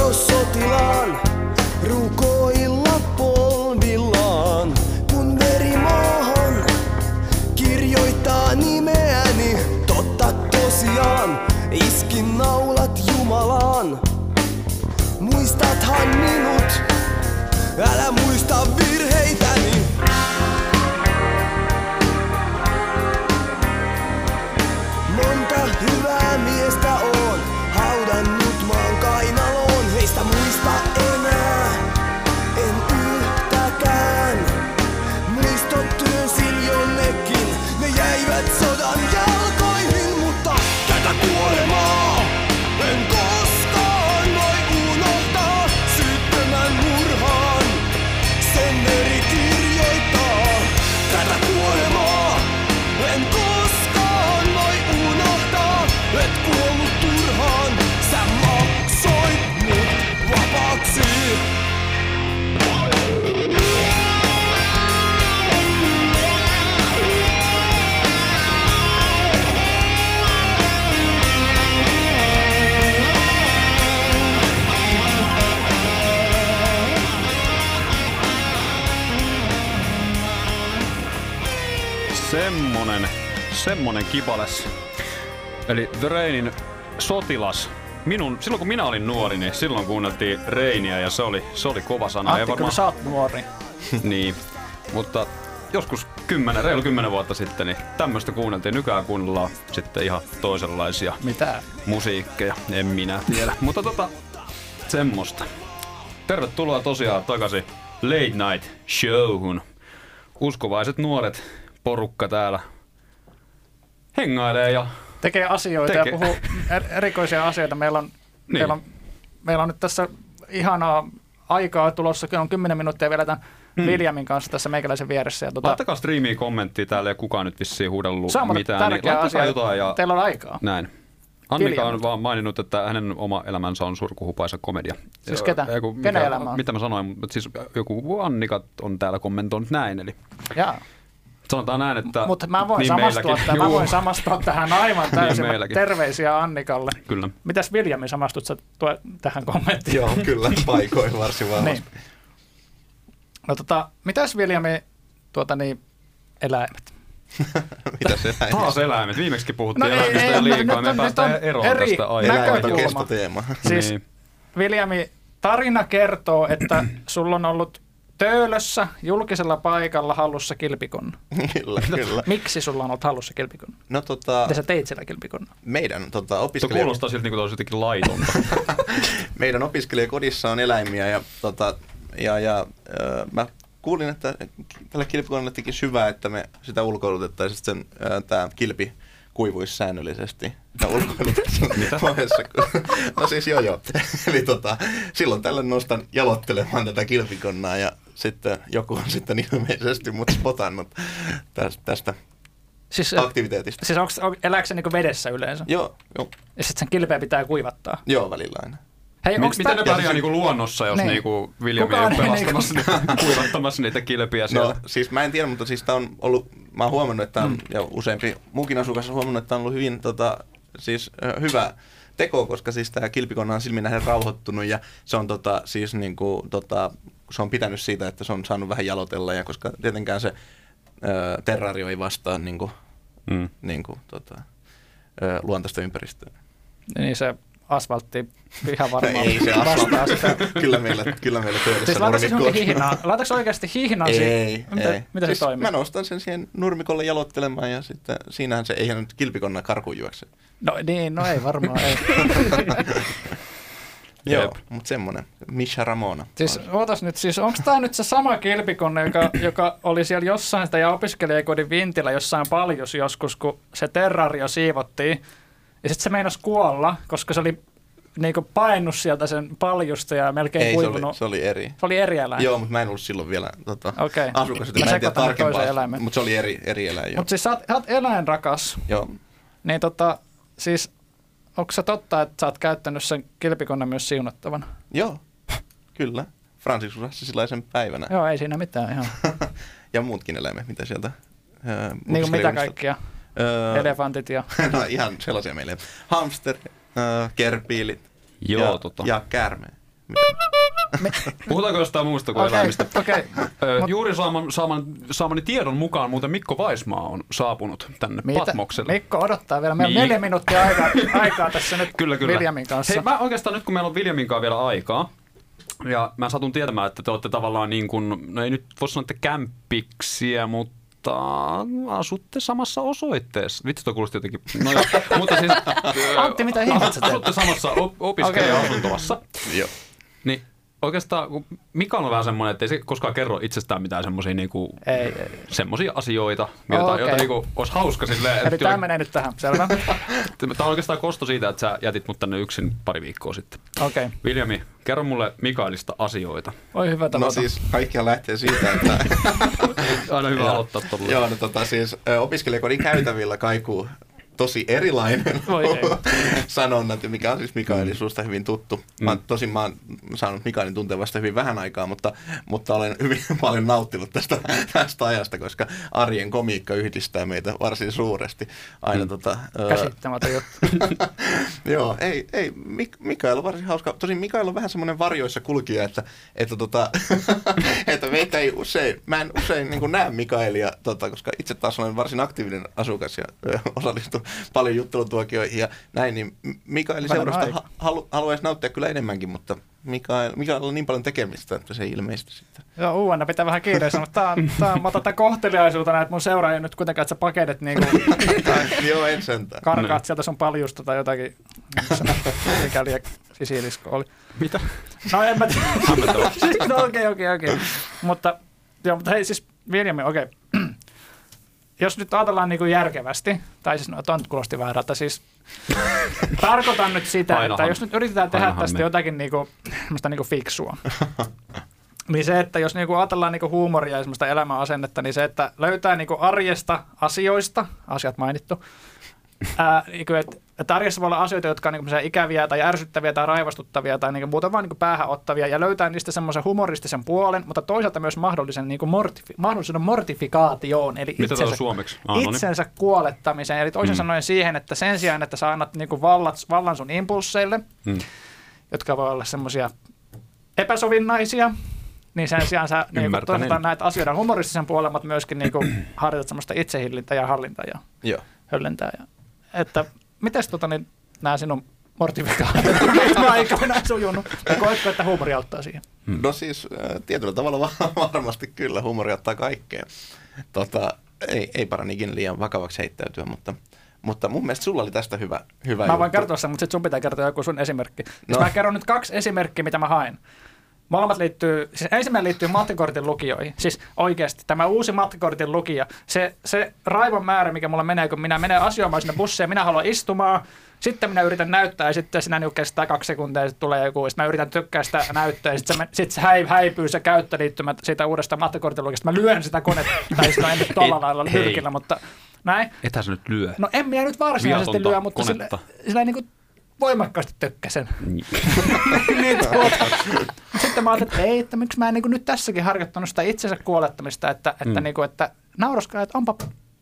jos sotilaan rukoilla polvillaan. Kun veri maahan kirjoittaa nimeäni, totta tosiaan iskin naulat Jumalaan. Muistathan minut, älä muista virheitäni. Monta hyvää miestä on haudannut maan kainaloon. Heistä muista enää, en yhtäkään. Muistot työnsin jonnekin, ne jäivät sodan jalkoihin. Mutta tätä kuolemaa en koskaan voi unohtaa. Syyttömän murhaan sen veri kirjoittaa. Tätä kuolemaa en koskaan voi unohtaa. Et kuollut turhaan, sä maksoit mut vapaaksi. Semmonen, semmonen kipales. Eli The Rainin Sotilas. Minun, silloin kun minä olin nuori, niin silloin kuunneltiin Rainiä ja se oli, se oli kova sana. Antti, ja varmaan... kyllä sä oot nuori. Niin, mutta joskus kymmenen, reilu kymmenen vuotta sitten, niin tämmöistä kuunneltiin. Nykyään kuunnellaan sitten ihan toisenlaisia Mitä? musiikkeja. En minä tiedä, mutta tota, semmoista. Tervetuloa tosiaan takaisin Late Night Showhun. Uskovaiset nuoret porukka täällä hengailee ja Tekee asioita Tekee. ja puhuu er- erikoisia asioita. Meillä on, Niin. meillä, on, meillä on nyt tässä ihanaa aikaa tulossa. Kyllä on kymmenen minuuttia vielä tämän hmm. Viljamin kanssa tässä meikäläisen vieressä. Ja tota, laittakaa striimiin kommenttia, täällä ei kukaan nyt vissiin huudellut se on mitään. tärkeä Niin laittakaa asia. jotain ja Teillä on aikaa. näin. Annika Viljamin. on vaan maininnut, että hänen oma elämänsä on surkuhupaisa komedia. Siis ketä? Eiku, Kenen mikä, elämä on? Mitä mä sanoin, mutta siis joku Annika on täällä kommentoinut näin, eli Jaa. sanotaan näin, että Mutta mä voin, niin samastua, meilläkin. tähän, mä Juu. voin samastua tähän aivan täysin. Niin meilläkin. Terveisiä Annikalle. Kyllä. Mitäs Viljami, samastut sä tuo, tähän kommenttiin? Joo, kyllä, paikoin varsin vahvasti. Niin. No tota, mitäs Viljami, tuota niin, eläimet? Mitä se näin? Taas eläimet. Viimeksi puhuttiin No no, ei, eläimistä ei, ja nyt liikaa. on- Me nyt päästään on eroon eri tästä aiheesta. Eläimet on näkökulma. kestoteema. Siis Niin. Viljami, tarina kertoo, että sulla on ollut Töölössä julkisella paikalla hallussa kilpikonna. Kyllä, kyllä. Miksi sulla on ollut hallussa kilpikonna? No tota, Mitä sä teit siellä kilpikonna? meidän tota, Se opiskelija... kuulostaa siltä, niin kuin olisi jotenkin laitonta. meidän opiskelijakodissa on eläimiä ja, tota, ja, ja äh, mä kuulin, että tällä kilpikonnalle teki syvää, että me sitä ulkoilutettaisiin, että sen äh, tämä kilpi kuivuisi säännöllisesti. Ja ulkoilutettaisiin vaiheessa. Kun... No siis joo joo. Eli tota, silloin tällöin nostan jalottelemaan tätä kilpikonnaa ja sitten joku on sitten ilmeisesti mut spotannut tästä, tästä Siis, aktiviteetista. siis onks, on, elääkö se niinku vedessä yleensä? Joo, joo, Ja sitten sen kilpeä pitää kuivattaa. joo välillä aina. Hei, Mit, onks miten tää- ne pärjää niinku luonnossa, jos Niin. niinku Viljami Kukaan on ei pelastamassa niitä, kuivattamassa niitä kilpiä siellä? No siis mä en tiedä, mutta siis tää on ollut, mä oon huomannut, että on, mm. ja useampi muukin asukas on huomannut, että on ollut hyvin tota, siis ö, hyvä teko, koska siis tää kilpikonna on silmin nähden rauhoittunut ja se on tota, siis niinku, tota, se on pitänyt siitä, että se on saanut vähän jalotella ja koska tietenkään se ö, terrario ei vastaa niinku, Mm. niinku, tota, ö, luontaista ympäristöä. Niin se asfaltti ihan varmaan No ei se vastaa sitä. asfaltti. kyllä meillä, kyllä meillä töissä Siis laitatko nurmikko- sinun hihnaa? Laitatko oikeasti hihnan siihen? Ei, Mitä, ei. mitä siis se toimii? Mä nostan sen siihen nurmikolle jalottelemaan ja sitten siinähän se, eihän nyt kilpikonna karkuun juokse. No niin, no ei varmaan, ei. Joo, Jep. mutta semmonen. Misha Ramona. Siis ootas nyt, siis onko tämä nyt se sama kilpikonna, joka, joka oli siellä jossain sitä ja opiskelijakodin vintillä jossain paljus joskus, kun se terrario siivottiin. Ja sitten se meinasi kuolla, koska se oli niinku painut sieltä sen paljusta ja melkein Ei, se kuivunut. oli, se oli eri. Se oli eri eläin. Joo, mutta mä en ollut silloin vielä tota, Okei. asukas, joten Mä mä en tiedä sekoitan nyt toisen tarkempaa. eläimen. Mutta se oli eri, eri eläin, joo. Mutta siis sä oot, sä oot eläinrakas, joo. niin tota, siis onko se totta, että sä oot käyttänyt sen kilpikonnan myös siunattavana? Joo, kyllä. Franciscus Assisilaisen päivänä. Joo, ei siinä mitään ihan. Ja muutkin eläimet, mitä sieltä... Öö, Niin kuin mitä opiskelijakodista- kaikkia? Öö, Elefantit ja... no ihan sellaisia meille. Hamster, öö, kerpiilit Joo, ja, tota. ja käärme. Puhutaanko jostain muusta kuin Okei, eläimistä? okei. Ö, Mut- Juuri saaman, saaman, saamani tiedon mukaan muuten Mikko Vaismaa on saapunut tänne Mitä? Patmokselle. Mikko odottaa vielä. Meillä on Niin. neljä minuuttia aikaa, aikaa tässä nyt Kyllä, kyllä. Viljamin kanssa. Hei, mä oikeastaan nyt kun meillä on Viljamin kanssa vielä aikaa, ja mä satun tietämään, että te olette tavallaan niin kuin, no ei nyt voi sanoa, että kämppiksiä, mutta asutte samassa osoitteessa. Vitsi, toi kuulosti jotenkin. No joo, mutta siis... Antti, mitä ihmettä sä teet? Asutte samassa op- opiskelija-asuntolassa. Joo. Niin oikeastaan, kun Mika on vähän semmoinen, että ei se koskaan kerro itsestään mitään semmoisia niinku, Ei, ei. semmosia asioita, joita, Okei. joita niinku olisi hauska silleen. Eli tämä menee nyt tähän, selvä. Tämä on oikeastaan kosto siitä, että sä jätit mut tänne yksin pari viikkoa sitten. Okei. Okay. Viljami, kerro mulle Mikaelista asioita. Oi hyvä No tavata. siis kaikkihan lähtee siitä, että Aina hyvä Joo. aloittaa tuolla. joo, no, tota, siis, ö, opiskelijakodin käytävillä kaikuu tosi erilainen Voi ei. sanonnat, mikä on siis Mikaelin suusta hyvin tuttu. Mä, oon- tosin mä oon saanut Mikaelin tuntea vasta hyvin vähän aikaa, mutta, mutta olen hyvin paljon nauttinut tästä, tästä ajasta, koska arjen komiikka yhdistää meitä varsin suuresti. Aina mm. tota, ö, Käsittämätön juttu. Joo, ei, ei Mik- Mikael on varsin hauska. Tosin Mikael on vähän semmoinen varjoissa kulkija, että, että, tota, että meitä ei usein, mä en usein niin kuin näe Mikaelia, tota, koska itse taas olen varsin aktiivinen asukas ja ö, osallistun paljon juttelutuokioihin ja näin, niin Mikaelin Vähän seurasta aika. ha- halu, haluaisi nauttia kyllä enemmänkin, mutta Mikael, Mikael on niin paljon tekemistä, että se ei ilmeisesti sitten. Joo, uudena pitää vähän kiireessä, mutta tää on, tää on, mä otan tämän kohteliaisuutena, että mun seuraajia nyt kuitenkaan, että sä paketet niinku, Joo, en sentään. karkaat sieltä sun paljusta tai jotakin, mikäli sisilisko oli. Mitä? No en mä tiedä. Hämmentävää. No okei, okei, okei. Mutta, joo, mutta hei siis Viljami, okei. Okay. Jos nyt ajatellaan niin kuin järkevästi, tai siis no, toi nyt kuulosti väärältä, siis tarkoitan nyt sitä, Ainahan. että jos nyt yritetään tehdä Ainahan tästä me. jotakin niin kuin, niin kuin fiksua, niin se, että jos niin kuin ajatellaan niin kuin huumoria ja semmoista elämänasennetta, niin se, että löytää niin kuin arjesta asioista, asiat mainittu, ää, niin kuin, että, että arjessa voi olla asioita, jotka on niin kuin ikäviä tai ärsyttäviä tai raivostuttavia tai niin kuin muuten vaan niin kuin päähän ottavia ja löytää niistä semmoisen humoristisen puolen, mutta toisaalta myös mahdollisen niin kuin mortifi- mahdollisuuden mortifikaatioon, eli Mitä tämä on itsensä, suomeksi? Ah, no niin. itsensä kuolettamiseen. Eli toisin mm. sanoen siihen, että sen sijaan, että sä annat niin kuin vallat, vallan sun impulseille, Mm. jotka voi olla semmoisia epäsovinnaisia, niin sen sijaan sä niin kuin, toisaalta näet asioita humoristisen puolen, mutta myöskin niin kuin, harjoitat semmoista itsehillintää ja hallintaa ja Joo. höllentää. Ja, että mites tota, niin, nämä sinun mortifikaatiot aikoina sujunut? Ja koetko, että huumori auttaa siihen? No siis äh, tietyllä tavalla va- varmasti kyllä, huumori ottaa kaikkeen. Tota, ei, ei parani ikinä liian vakavaksi heittäytyä, mutta, mutta mun mielestä sulla oli tästä hyvä, hyvä Mä voin juttu. kertoa sen, mutta sitten sun pitää kertoa joku sun esimerkki. No. No. Mä kerron nyt kaksi esimerkkiä, mitä mä haen. Molemmat liittyy, siis ensimmäinen liittyy matkakortin lukijoihin. Siis oikeasti, tämä uusi matkakortin lukija, se, se raivon määrä, mikä mulla menee, kun minä menen asioimaan sinne bussiin, minä haluan istumaan, sitten minä yritän näyttää ja sitten sinä niin kestää kaksi sekuntia ja sitten tulee joku, sitten mä yritän tykkää sitä näyttöä ja sitten se, sit se häi, häipyy se käyttöliittymä siitä uudesta matkakortin lukijasta. Mä lyön sitä konetta, tai sitä en nyt tuolla lailla Hei. nyrkillä, mutta näin. Ethän sä nyt lyö. No en minä nyt varsinaisesti Viatonta lyö, mutta sillä, konetta. sillä niin kuin voimakkaasti tökkäsen. niin, tuota. Sitten mä ajattelin, että ei, että miksi mä en niin kuin nyt tässäkin harjoittanut sitä itsensä kuolettamista, että, että, Mm. niin kuin, että nauraskaa, että onpa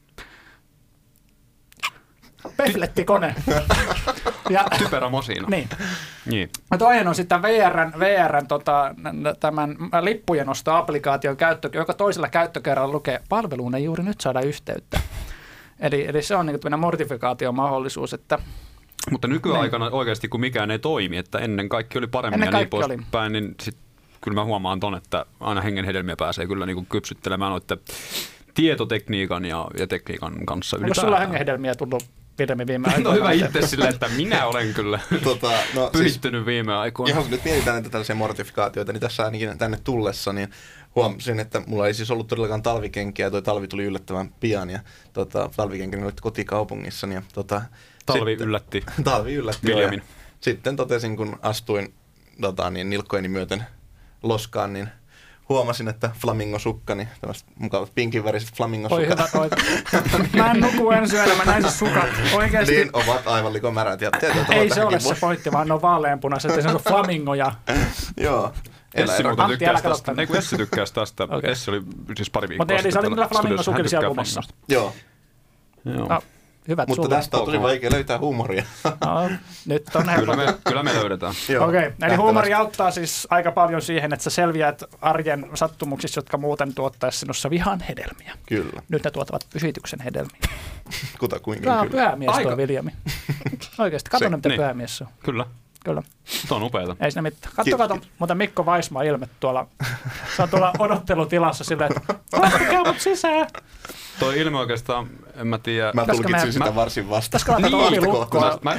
peflettikone. ja, Typerä mosina. niin. Niin. Ja toinen on sitten V R:n, V R:n tota, n- tämän lippujen osto-applikaation käyttö, joka toisella käyttökerralla lukee, palveluun ei juuri nyt saada yhteyttä. Eli, eli se on niin kuin mortifikaation mahdollisuus, että Mutta nykyaikana oikeasti, kun mikään ei toimi, että ennen kaikki oli paremmin Ennen ja niin kaikki oli. poispäin, niin sit, kyllä mä huomaan ton, että aina hengenhedelmiä pääsee kyllä niin kuin kypsyttelemään noiden tietotekniikan ja, ja tekniikan kanssa onko sulla ylipäätään. hengenhedelmiä tullut pidemmin viime aikoina? No hyvä itse silleen, että minä olen kyllä Tota, no, siis, pyhittynyt viime aikoina. jos nyt mietitään näitä tällaisia mortifikaatioita, niin tässä ainakin tänne tullessa, niin huomasin, että mulla ei siis ollut todellakaan talvikenkiä, ja toi talvi tuli yllättävän pian, ja tota, talvikenkiä oli kotikaupungissani, ja tota, Talvi sitten- yllätti. Talvi yllätti. joo, Viljamin. ja Sitten totesin, kun astuin tota, niin nilkkojeni myöten loskaan, niin huomasin, että flamingosukkani, tämmöiset mukavat pinkinväriset Oi flamingosukat, hyvä toi. Mä en nuku ensi yönä, mä näin se sukat. Oikeesti. niin ovat aivan likomärät. Ja tietyllä tavalla Ei se ole tähänkin se voi- pointti, vaan ne on vaaleanpunaiset ja se on flamingoja. Joo. Elä Essi ero- muuten Antti, älä tykkäsi katso tästä. tänne. Ei kun Essi tykkäsi tästä. Okei. Essi oli siis pari viikkoa Mutta eli se oli täällä kyllä studiossa. Hän flamingosukilla siellä tykkää lumassa. flamingosta. Joo. Joo. No, hyvät Mutta sulle. tästä on tosi vaikea löytää huumoria. No, nyt on Kyllä me, kyllä me löydetään. Joo, Okei, okay. Eli nähtävästi. huumori auttaa siis aika paljon siihen, että sä selviät arjen sattumuksissa, jotka muuten tuottaisi sinussa vihan hedelmiä. Kyllä, Nyt ne tuottavat pyhityksen hedelmiä. kutakuinkin Tämä on kyllä. pyhämies Aika. tuo Viljami. Oikeasti, katso Se- ne, mitä niin. pyhämies on. Kyllä. Kyllä. Tuo on upeeta. Ei siinä mitään. Katso, Kiitos, kato kiitos. muuten Mikko Vaismaa ilme tuolla. Se on tuolla odottelutilassa silleen, että käy mut sisään. Toi ilme oikeastaan, en mä tiedä. Mä Pitäisikö tulkitsin me- sitä mä- varsin vasta. Pitäisikö laittaa tuo ovi Niin. lukkoon? Mä, mä,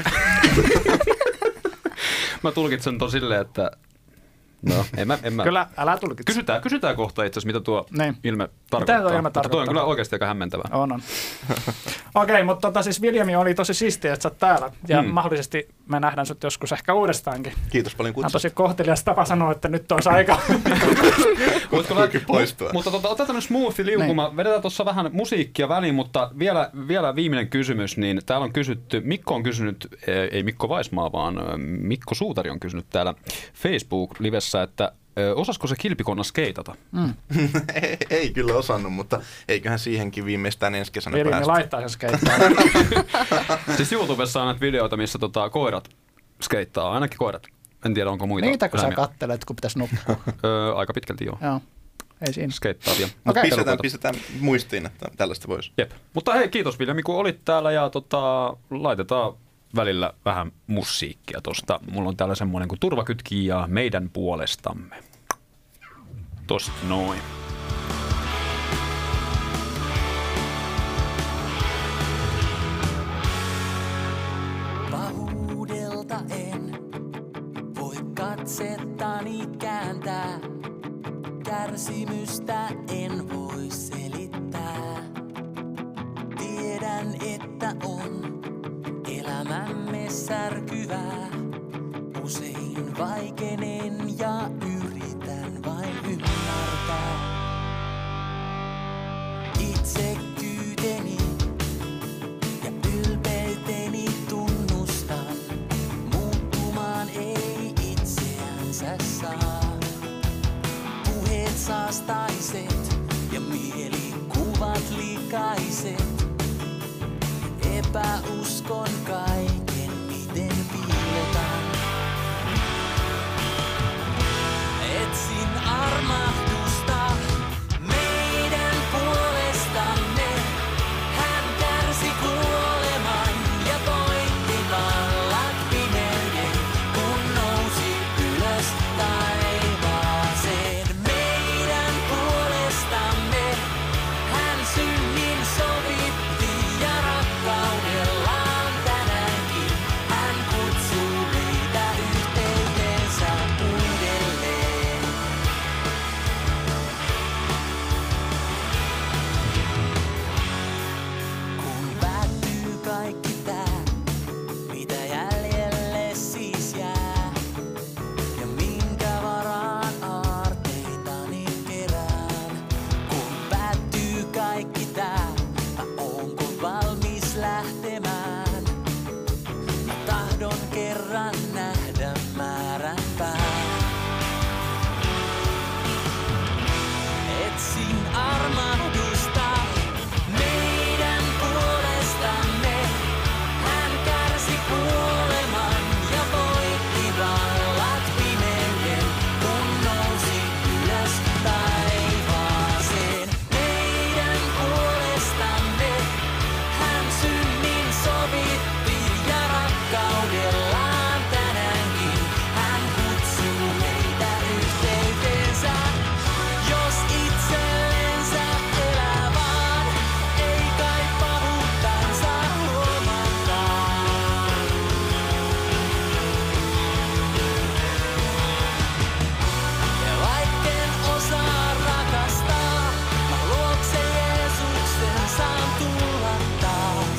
mä tulkitsen ton silleen, että no, en mä, en mä. Kyllä, älä tulkitse. Kysytään, kysytään kohta itse asiassa, mitä tuo Niin. ilme tuo tarkoittaa. ilme Mutta toi on tarkoittaa? kyllä oikeasti aika hämmentävää. On, on. Okei, okay, mutta tota, siis Viljami oli tosi siistiä, että sä oot täällä. Ja Hmm. mahdollisesti me nähdään sut joskus ehkä uudestaankin. Kiitos paljon Tämä on kutsusta. tosi kohtelias tapa sanoa, että nyt olisi aika. Voitko Voikin poistua. Mutta tota, otetaan tämmöinen smoothi liukuma. Niin. Vedetään tuossa vähän musiikkia väliin, mutta vielä, vielä viimeinen kysymys. Niin täällä on kysytty, Mikko on kysynyt, ei Mikko Vaismaa, vaan Mikko Suutari on kysynyt täällä Facebook-livessä, että ö, osasko se kilpikonna skeitata? ei, ei kyllä osannut, mutta eiköhän siihenkin viimeistään ensi kesänä Viljami päästä. laittaa sen skeittaan. Siis YouTubessa on näitä videoita, missä tota, koirat skeittaa, ainakin koirat. En tiedä, onko muita. Niitä kun sä eläimiä. kattelet, kun pitäisi nukkua. Öö, aika pitkälti joo. Joo, ei siinä. Skeittaavia. Mutta Okei. pistetään, pistetään muistiin, että tällaista voisi. Jep. Mutta hei, kiitos Viljami, kun olit täällä ja tota, laitetaan välillä vähän musiikkia tosta. Mulla on täällä semmoinen kuin Turvakytki ja Meidän puolestamme. Tosta noin. Pahuudelta en voi katsettani kääntää. Kärsimystä en voi selittää. Tiedän, että on elämämme särkyvää. Usein vaikenen ja yritän vain ymmärtää. Itsekyyteni ja ylpeyteni tunnustan. Muuttumaan ei itseänsä saa. Puheet saastaiset ja mielikuvat likaiset. Epäuskon kaiken, miten piilotan. Etsin armahdusta meidän puolestamme. Hän kärsi kuoleman ja voitti vallat pimeyden, kun nousi ylös taivaaseen. Meidän puolestamme hän synnin sovitti ja rakkaudellaan tänäänkin hän kutsuu meitä yhteyteensä uudelleen. Kun päättyy kaikki tää, mitä jäljelle siis jää, ja minkä varaan aarteitani kerään. Kun päättyy kaikki tää, mä oonko valmis lähtemään? Mä tahdon kerran nähdä määränpään. Etsin armahdusta meidän puolestamme. Hän kärsi kuoleman ja voitti vallat pimeyden, kun nousi ylös taivaaseen. Meidän puolestamme hän synnin sovitti ja rakkaudellaan tänäänkin hän kutsuu meitä yhteyteensä. Jos itsellensä elää vaan, ei kai pahuuttansa huomataan. Ja vaikken osaa rakastaa, mä luokse Jeesuksen saan tulla taas.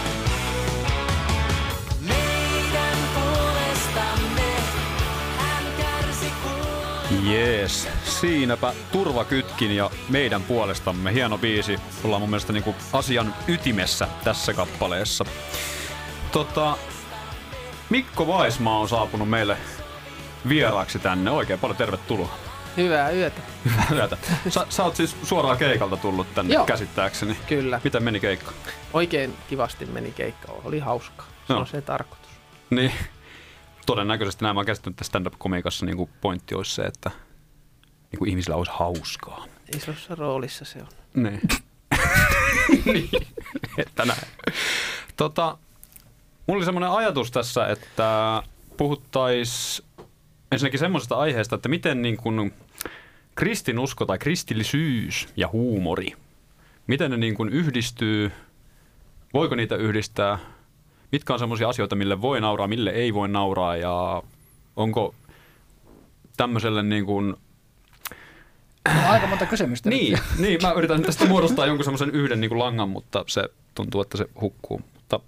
Meidän puolestamme hän kärsi kuoleman. Jees, siinäpä Turvakytkin ja Meidän puolestamme. Hieno biisi. Ollaan mun mielestä niinku asian ytimessä tässä kappaleessa. Tota, Mikko Vaismaa on saapunut meille vieraaksi tänne. Oikein paljon tervetuloa. Hyvää yötä. Hyvää yötä. Sä, sä oot siis suoraan keikalta tullut tänne Joo. käsittääkseni. Kyllä. Miten meni keikka? Oikein kivasti meni keikka. Oli hauskaa. Se Joo. on se tarkoitus. Niin. Todennäköisesti näin mä oon käsittänyt tässä stand-up-komiikassa niin kuin pointti olisi se, että niin kuin ihmisillä olisi hauskaa. Isossa roolissa se on. Niin. Niin, että näin. Tota, mulla oli semmoinen ajatus tässä, että puhuttaisiin ensinnäkin semmoisesta aiheesta, että miten niin kuin kristinusko tai kristillisyys ja huumori, miten ne niin kuin yhdistyy, voiko niitä yhdistää, mitkä on semmoisia asioita, mille voi nauraa, mille ei voi nauraa ja onko tämmöiselle niin kuin No, aika monta kysymystä. niin, niin, mä yritän tästä muodostaa jonkun semmoisen yhden niin kuin langan, mutta se tuntuu, että se hukkuu. Mutta,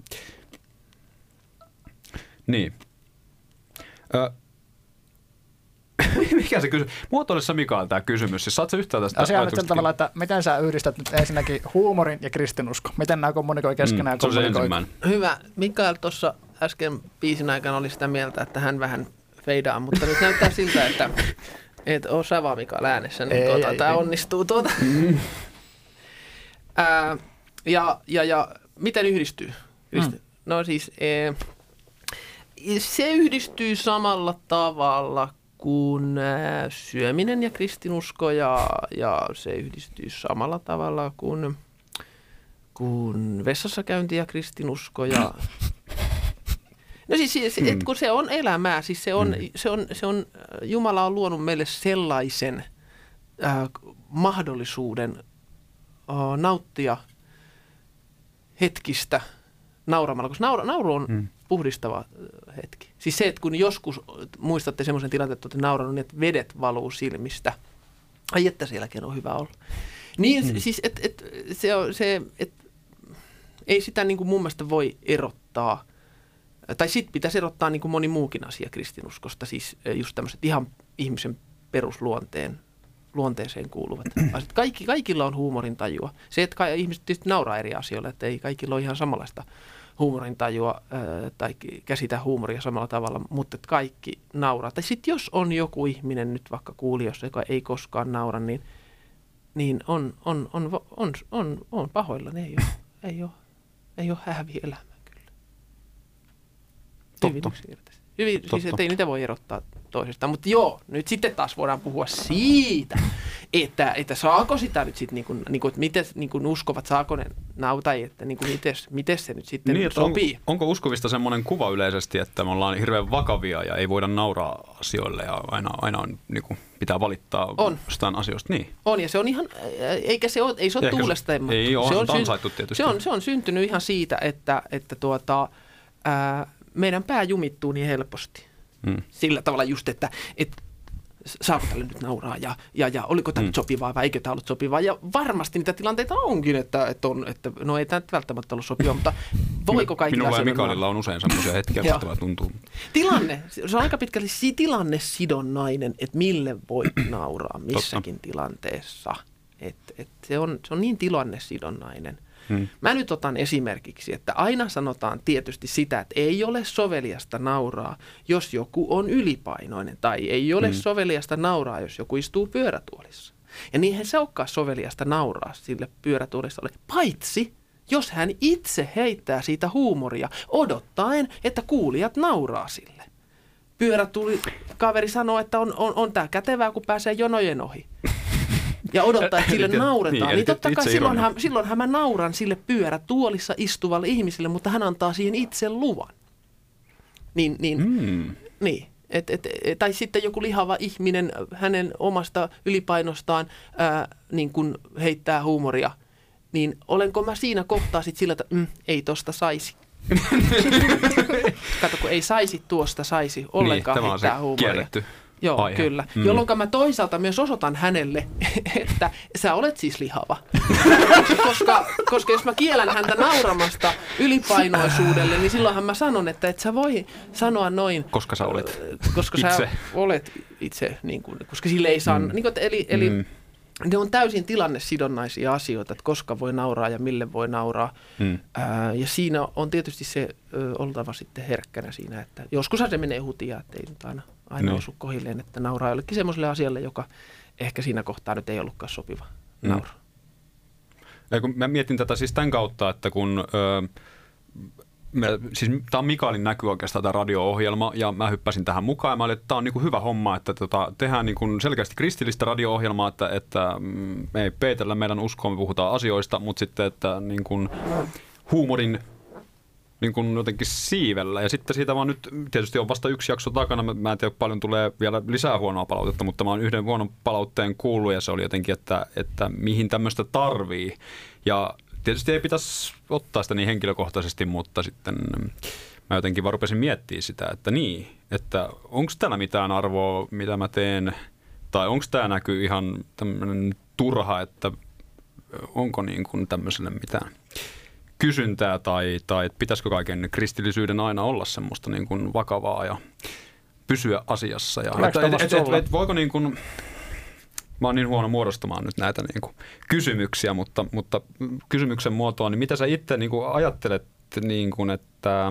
niin. Ö, mikä se kysymys? Muotoile sä Mikael tää kysymys. Siis saat sä yhtään tästä Asia on nyt ajatuksesta sillä tavalla, että miten sä yhdistät nyt ensinnäkin huumorin ja kristinusko? Miten nämä kommunikoi keskenään? Mm, se on se kommunikoi? ensimmäinen. Hyvä. Mikael tuossa äsken biisin aikana oli sitä mieltä, että hän vähän feidaa, mutta nyt näyttää siltä, että et oo sä vaan Mikael äänessä, niin Ei, tuota, ei, tää ei. onnistuu tuota. Mm. Ää, ja, ja, ja miten yhdistyy? Yhdisty- mm. No siis ee, se yhdistyy samalla tavalla kuin ää, syöminen ja kristinusko ja, ja se yhdistyy samalla tavalla kuin, kuin vessassa käynti ja kristinusko ja no siis, siis et kun se on elämää, siis se on, se on, se on, Jumala on luonut meille sellaisen äh, mahdollisuuden äh, nauttia hetkistä nauramalla, koska nauru, nauru on mm. puhdistava hetki. Siis se, että kun joskus muistatte semmoisen tilanteen, että olette naurannut, niin että vedet valuu silmistä. Ai että sielläkin on hyvä olla. Niin mm. siis, että et, se, se et, ei sitä niin kuin mun mielestä voi erottaa. Tai sitten pitäisi erottaa niin kuin moni muukin asia kristinuskosta, siis just tämmöiset ihan ihmisen perusluonteen luonteeseen kuuluvat asiat. Kaikki, kaikilla on huumorintajua. Se, että ihmiset tietysti nauraa eri asioille, että ei kaikilla ole ihan samanlaista huumorintajua ää, tai käsitä huumoria samalla tavalla, mutta että kaikki nauraa. Tai sitten jos on joku ihminen nyt vaikka kuulijossa, joka ei koskaan naura, niin, niin on, on, on, on, on, on, on pahoilla. Ei ole, ei ole, ei ole häviä elämää. Hyvin yksinkertaisesti. Hyvin, siis että ei niitä voi erottaa toisestaan. Mutta joo, nyt sitten taas voidaan puhua siitä, että, että saako sitä nyt sitten, niin niin että miten niin uskovat, saako ne nauta, että niin miten se nyt sitten niin, sopii. On, onko uskovista semmoinen kuva yleisesti, että me ollaan hirveän vakavia ja ei voida nauraa asioille ja aina, aina on, niin kuin, pitää valittaa on. jostain asioista? Niin. On, ja se on ihan, eikä se ole, ei se ole tuulesta. Se, ei ole, se on ansaittu tietysti. Se on, se on syntynyt ihan siitä, että, että tuota, ää, meidän pää jumittuu niin helposti. Hmm. Sillä tavalla just, että, että saako tälle nyt nauraa ja, ja, ja oliko tämä hmm. nyt sopivaa vai eikö tämä ollut sopivaa. Ja varmasti niitä tilanteita onkin, että, että, on, että no ei tämä nyt välttämättä ollut sopivaa, mutta voiko kaikilla Minulla ja asioilla Mikaelilla on usein sellaisia hetkiä, että tämä tuntuu. Tilanne, se on aika pitkälti tilannesidonnainen, että mille voi nauraa missäkin Totta. tilanteessa. Et, et se, on, se on niin tilannesidonnainen. Hmm. Mä nyt otan esimerkiksi, että aina sanotaan tietysti sitä, että ei ole soveliasta nauraa, jos joku on ylipainoinen, tai ei ole hmm. soveliasta nauraa, jos joku istuu pyörätuolissa. Ja niinhän se olekaan soveliasta nauraa sille pyörätuolissa, paitsi jos hän itse heittää siitä huumoria odottaen, että kuulijat nauraa sille. Pyörätuoli kaveri sanoo, että on, on, on tämä kätevää, kun pääsee jonojen ohi. Ja odottaa, että sille nauretaan. Niin, niin totta kai silloinhan, silloinhan mä nauran sille pyörätuolissa istuvalle ihmiselle, mutta hän antaa siihen itse luvan. Niin, niin, mm. niin. Et, et, et, tai sitten joku lihava ihminen hänen omasta ylipainostaan ää, niin kun heittää huumoria, niin olenko mä siinä kohtaa sit sillä, että mm, ei tosta saisi. Kato, kun ei saisi tuosta saisi ollenkaan niin, heittää huumoria. Kielletty. Joo, aihe. Kyllä. Mm. Jolloin mä toisaalta myös osoitan hänelle, että sä olet siis lihava. koska, koska jos mä kiellän häntä nauramasta ylipainoisuudelle, niin silloinhan mä sanon, että et sä voi sanoa noin. Koska sä olet koska itse. Sä olet itse, niin kuin, koska sille ei saa. Mm. Niin kuin, eli eli mm. ne on täysin tilannesidonnaisia asioita, että koska voi nauraa ja mille voi nauraa. Hmm. Ää, ja siinä on tietysti se ö, oltava sitten herkkänä siinä, että joskushan se menee hutia, että ei nyt aina, aina osu kohilleen, että nauraa jollekin semmoiselle asialle, joka ehkä siinä kohtaa nyt ei ollutkaan sopiva hmm. naura. Ja kun mä mietin tätä siis tämän kautta, että kun... Öö, Me, siis tämä on Mikaelin näky oikeastaan tämä radio-ohjelma, ja mä hyppäsin tähän mukaan, ja mä olin, että tämä on niin kuin hyvä homma, että tota, tehdään niin kuin selkeästi kristillistä radio-ohjelmaa, että, että me ei peitellä meidän uskoa, me puhutaan asioista, mutta sitten, että niin kuin huumorin niin kuin jotenkin siivellä, ja sitten siitä vaan nyt, tietysti on vasta yksi jakso takana, mä en tiedä, paljon tulee vielä lisää huonoa palautetta, mutta mä oon yhden huonon palautteen kuullut, ja se oli jotenkin, että, että mihin tämmöistä tarvii, ja tietysti ei pitäisi ottaa sitä niin henkilökohtaisesti, mutta sitten mä jotenkin vaan rupesin miettimään sitä, että niin, että onko täällä mitään arvoa, mitä mä teen, tai onko tämä näky ihan tämmöinen turha, että onko niin kuin tämmöiselle mitään kysyntää, tai, tai pitäisikö kaiken kristillisyyden aina olla semmoista niin kuin vakavaa ja pysyä asiassa. Ja, että, et, et, et, et, voiko niin kuin... Mä oon niin huono muodostamaan nyt näitä niin kuin kysymyksiä, mutta, mutta kysymyksen muotoa, niin mitä sä itse niin kuin ajattelet, niin kuin, että...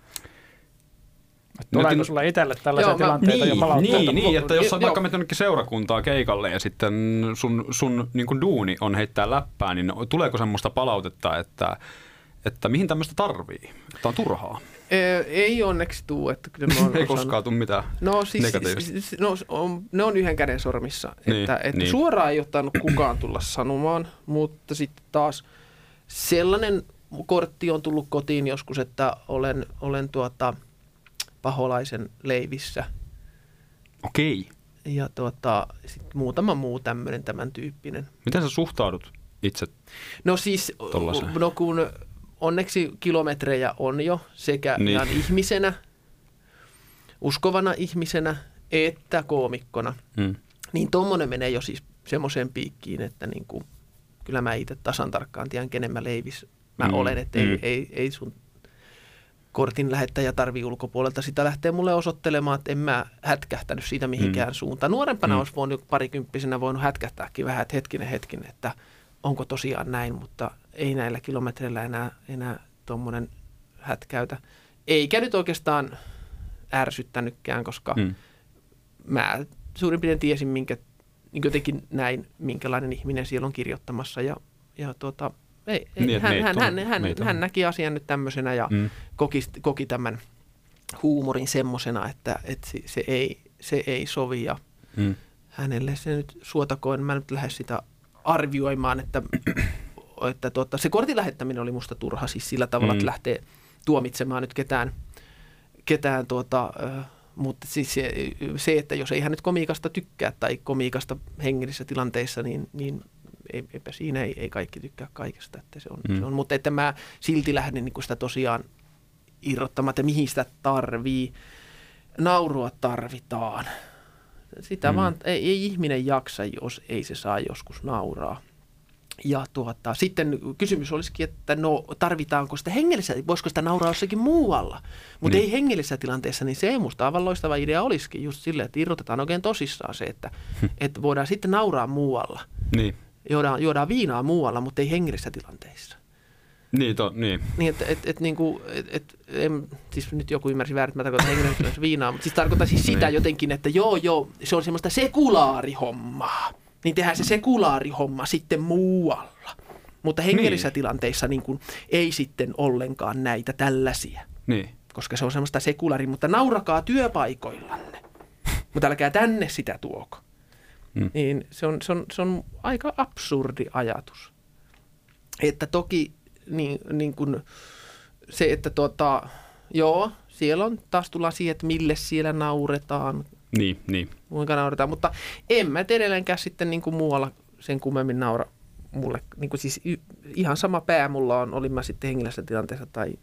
Tuleeko nyt, sulla itselle tällaisia joo, tilanteita niin, ja palautteita? Niin, niin, että jos sä vaikka menet jonnekin seurakuntaa keikalle ja sitten sun, sun niin kuin duuni on heittää läppää, niin tuleeko semmoista palautetta, että, että mihin tämmöistä tarvii? Että on turhaa? Ei onneksi tule. Että kyllä mä ei koskaan tule mitään no, siis, negatiivista. Siis, no, on, ne on yhden käden sormissa. Niin, että, että niin. Suoraan ei ole tainnut kukaan tulla sanomaan, mutta sitten taas sellainen kortti on tullut kotiin joskus, että olen, olen tuota, paholaisen leivissä. Okei. Ja tuota, sit muutama muu tämmöinen tämän tyyppinen. Miten sä suhtaudut itse No siis, tollaiseen? no kun onneksi kilometrejä on jo sekä niin. ihan ihmisenä, uskovana ihmisenä, että koomikkona. Hmm. Niin tommonen menee jo siis semmoiseen piikkiin, että niin kuin, kyllä mä itse tasan tarkkaan tiedän, kenen mä leivis mä hmm. olen, että hmm. ei, ei, ei sun kortin lähettäjä tarvii ulkopuolelta sitä lähteä mulle osoittelemaan, että en mä hätkähtänyt siitä mihinkään hmm. suuntaan. Nuorempana hmm. olisi voinut parikymppisenä voinut hätkähtääkin vähän, että hetkinen, hetkinen, että onko tosiaan näin, mutta ei näillä kilometreillä enää, enää tuommoinen hätkäytä. Eikä nyt oikeastaan ärsyttänytkään, koska hmm. mä suurin piirtein tiesin, minkä, niin jotenkin näin, minkälainen ihminen siellä on kirjoittamassa. Ja, ja tuota, ei, ei, niin, hän, hän, hän, hän, hän näki asian nyt tämmöisenä ja hmm. koki, koki tämän huumorin semmosena, että, että se, se, ei, se ei sovi. Ja hmm. hänelle se nyt suotakoon, mä nyt lähde sitä arvioimaan, että, että tuota, se kortin lähettäminen oli musta turha siis sillä tavalla, mm. että lähtee tuomitsemaan nyt ketään, ketään tuota, äh, mutta siis se, se, että jos ei hän nyt komiikasta tykkää tai komiikasta hengellisissä tilanteissa, niin, niin eipä siinä ei, ei kaikki tykkää kaikesta, että se on, mm. se on, mutta että mä silti lähden niin kuin sitä tosiaan irrottamaan, että mihin sitä tarvii. Naurua tarvitaan. Sitä mm. vaan ei, ei ihminen jaksa, jos ei se saa joskus nauraa. Ja tuota, sitten kysymys olisikin, että no tarvitaanko sitä hengellisessä, voisiko sitä nauraa jossakin muualla. Mutta niin. ei hengellisessä tilanteessa, niin se ei musta aivan loistava idea olisikin just silleen, että irrotetaan oikein tosissaan se, että, hm. että voidaan sitten nauraa muualla. Niin. Juodaan, juodaan viinaa muualla, mutta ei hengellisissä tilanteissa. Niin, to, niin. Niin, että et, et, niinku, et, et, en, siis nyt joku ymmärsi väärin, että mä tarkoitan hengellisissä viinaa, mutta siis tarkoitan siis sitä niin. jotenkin, että joo, joo, se on semmoista sekulaarihommaa. Niin tehdään se sekulaarihomma sitten muualla. Mutta hengellisissä niin. tilanteissa niin kuin, ei sitten ollenkaan näitä tällaisia. Niin. Koska se on semmoista sekulaari, mutta naurakaa työpaikoillanne. Mutta älkää tänne sitä tuoko. Mm. Niin se on, se, on, se on aika absurdi ajatus. Että toki niin, niin kuin se, että tota, joo, siellä on taas tullaan siihen, että mille siellä nauretaan. Niin, niin. Kuinka nauretaan, mutta en mä edelleenkään sitten niin kuin muualla sen kummemmin naura mulle. Niin kuin siis ihan sama pää mulla on, olin mä sitten hengellisessä tilanteessa tai...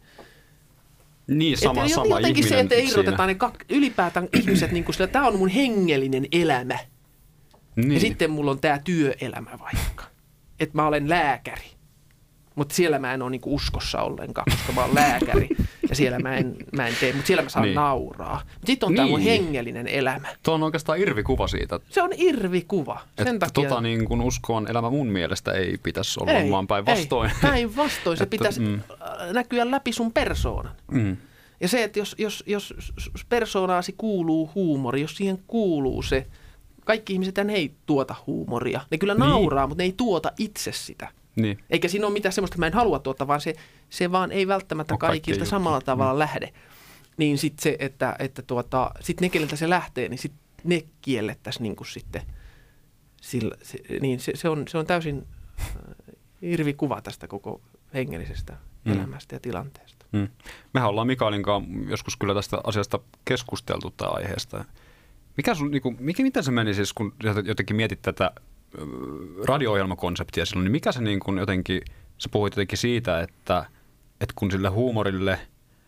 Niin, sama, et, sama jotenkin ihminen se, että irrotetaan ne kak, ylipäätään ihmiset niin kuin sillä, tämä on mun hengellinen elämä. Niin. Ja sitten mulla on tämä työelämä vaikka. Että mä olen lääkäri. Mutta siellä mä en ole niinku uskossa ollenkaan, koska mä oon lääkäri. ja siellä mä en, mä en tee, mutta siellä mä saan Niin. nauraa. Sitten on tämä mun Niin. hengellinen elämä. Tuo on oikeastaan irvikuva siitä, Se on irvikuva. Sen että takia... tota niin kuin uskovan elämä mun mielestä ei pitäisi olla, ei, vaan päinvastoin. ei, päinvastoin. Se Että, pitäisi mm. näkyä läpi sun persoonan. Mm. Ja se, että jos, jos, jos persoonaasi kuuluu huumori, jos siihen kuuluu se, kaikki ihmiset ei tuota huumoria. Ne kyllä nauraa, niin. mutta ne ei tuota itse sitä. Niin. Eikä siinä ole mitään semmoista, että mä en halua tuota, vaan se, se vaan ei välttämättä On kaikilta kaikkea samalla juttuja. tavalla Mm. lähde. Niin sitten se, että, että tuota, sit ne, keneltä se lähtee, niin sit ne kiellettäisiin niin kuin sitten. Sillä, se, niin se, se, on, se on täysin äh, irvikuva tästä koko hengellisestä Mm. elämästä ja tilanteesta. Mm. Mehän ollaan Mikaelin kanssa joskus kyllä tästä asiasta keskusteltu tästä aiheesta. Mikä sun, niin kuin, mikä, miten se meni siis, kun jotenkin mietit tätä ö, radio-ohjelmakonseptia silloin, niin mikä se niin kuin jotenkin, sä puhuit jotenkin siitä, että, että kun sille huumorille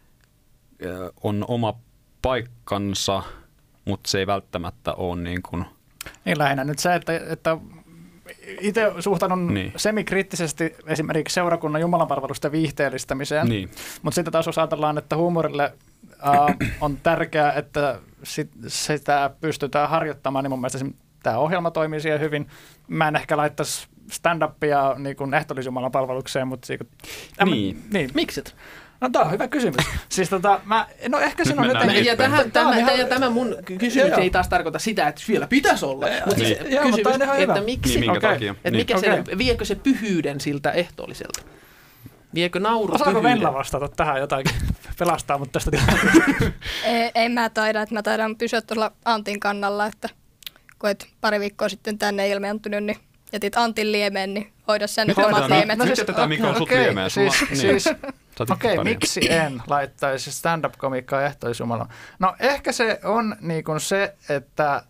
ö, on oma paikkansa, mutta se ei välttämättä ole niin kuin... Niin lähinnä nyt se, että, että itse suhtaudun Niin. niin. semikriittisesti esimerkiksi seurakunnan jumalanpalvelusten viihteellistämiseen, Niin. mutta sitten taas jos ajatellaan, että huumorille äh, on tärkeää, että sit, sitä pystytään harjoittamaan, niin mun mielestä tämä ohjelma toimii siihen hyvin. Mä en ehkä laittaisi stand-upia niin kuin ehtoollisjumalan palvelukseen, mutta... Siitä, Niin. niin. Mikset? No tämä on hyvä kysymys. Siis tota, mä, no ehkä siinä on mennään jotenkin... Ja, tähän, Tää on tämä, ihan- ja tämä mun kysymys Joo, joo. ei taas tarkoita sitä, että vielä pitäisi olla. Mutta siis Niin. Joo, mutta kysymys, on ihan hyvä. että miksi, Niin, minkä Okei. takia? että Niin. mikä Okei. se, viekö se pyhyyden siltä ehtoolliselta? Viekö nauru Osaako pyhyyden? Venla vastata tähän jotakin? Pelastaa mut tästä tilanteesta. Ei, ei mä taida, että mä taidan pysyä tuolla Antin kannalla, että kun et pari viikkoa sitten tänne ilmeäntynyt, niin jätit Antin liemeen, niin hoida sen nyt omat Hoidetaan, liemet. nyt siis- jätetään Mikael sut okei, liemeen. Sulla- siis- niin. siis- Sä oot Okei, pärjää. miksi en laittaisi stand-up-komiikkaa ehtoisjumalaan? No ehkä se on niin kuin se, että...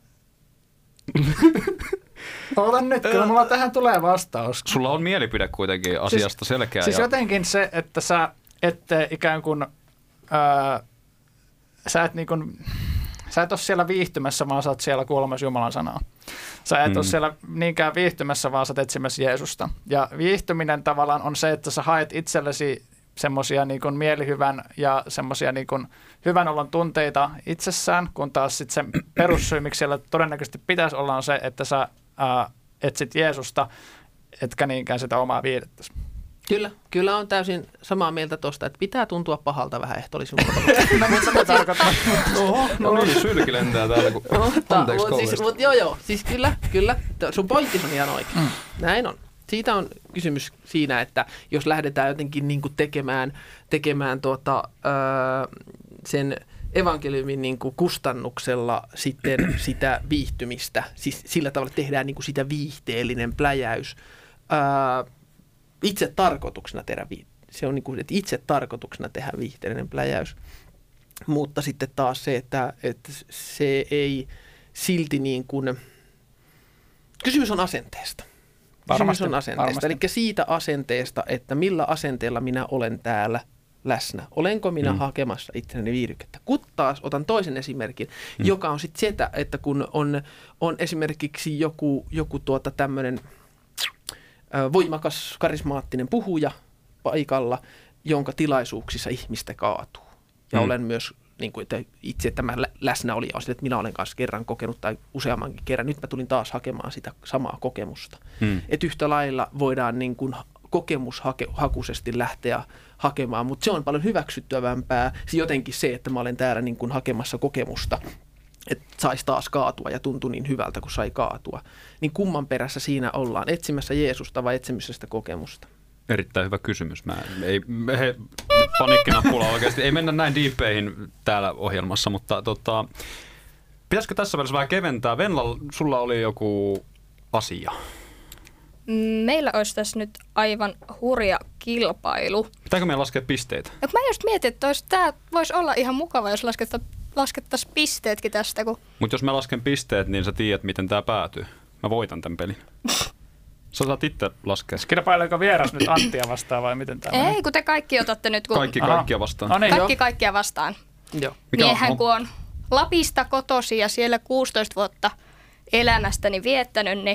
Ootan nyt, kyllä mulla tähän tulee vastaus. Sulla on mielipide kuitenkin asiasta selkeä. Siis ja... jotenkin se, että sä ette ikään kuin... Ää, sä et niin kuin... Sä et ole siellä viihtymässä, vaan sä oot siellä kuulemassa Jumalan sanaa. Sä et Mm. ole siellä niinkään viihtymässä, vaan sä oot etsimässä Jeesusta. Ja viihtyminen tavallaan on se, että sä haet itsellesi semmoisia niin kuin mielihyvän ja semmoisia niin kuin hyvän olon tunteita itsessään, kun taas sit se perussyy, miksi siellä todennäköisesti pitäisi olla, on se, että sä ää, etsit Jeesusta, etkä niinkään sitä omaa viihdettäsi. Kyllä, kyllä on täysin samaa mieltä tuosta, että pitää tuntua pahalta vähän ehtoollisuutta. No, mutta mä tarkoitan. Oho, No niin, sylki lentää täällä, kun... Mutta, Anteeksi mut siis, kauheasti. mut joo joo, siis kyllä, kyllä, T- sun pointti on ihan oikein. Mm. Näin on. Siitä on kysymys siinä, että jos lähdetään jotenkin niin kuin tekemään, tekemään tuota, öö, sen evankeliumin niin kuin kustannuksella sitten sitä viihtymistä, siis sillä tavalla tehdään niin kuin sitä viihteellinen pläjäys, öö, itse tarkoituksena tehdä vi- se on niin kuin, että itse tarkoituksena tehdä viihteellinen pläjäys. Mutta sitten taas se, että, että se ei silti niin kuin, kysymys on asenteesta. Kysymys Varmasti, on asenteesta, varmasti. eli siitä asenteesta, että millä asenteella minä olen täällä läsnä. Olenko minä Mm. mm. hakemassa itselleni viihdykettä? Kun taas otan toisen esimerkin, mm. joka on sitten sitä, että kun on, on esimerkiksi joku, joku tuota tämmöinen ö, voimakas, karismaattinen puhuja paikalla, jonka tilaisuuksissa ihmistä kaatuu. Ja Mm. olen myös niin kuin, että itse tämä lä- läsnäolija on sitä, että minä olen kanssa kerran kokenut tai useammankin kerran. Nyt mä tulin taas hakemaan sitä samaa kokemusta. Mm. Että yhtä lailla voidaan niin kuin kokemushakuisesti lähteä hakemaan, mutta se on paljon hyväksyttävämpää jotenkin se, että mä olen täällä niin kuin hakemassa kokemusta, että saisi taas kaatua ja tuntui niin hyvältä, kun sai kaatua. Niin kumman perässä siinä ollaan? Etsimässä Jeesusta vai etsimässä sitä kokemusta? Erittäin hyvä kysymys. Mä ei, he, paniikkinappula oikeasti. Ei mennä näin diippeihin täällä ohjelmassa, mutta tota, pitäisikö tässä välissä vähän keventää? Venla, sulla oli joku asia. Meillä olisi tässä nyt aivan hurja kilpailu. Pitääkö meidän laskea pisteitä? Ja kun mä just mietin, että tämä voisi olla ihan mukava, jos lasketta, laskettaisiin pisteetkin tästä. Kun... Mutta jos mä lasken pisteet, niin sä tiedät, miten tää päätyy. Mä voitan tämän pelin. Sä saat itse laskea. Kilpaileeko vieras nyt Anttia vastaan vai miten tämä Ei, kun te kaikki otatte nyt, kun Kaikki Aha. kaikkia vastaan. No niin, kaikki joo. kaikkia vastaan. Joo. Mikä on- Miehän on- kun on Lapista kotosi ja siellä kuusitoista vuotta elämästäni viettänyt, niin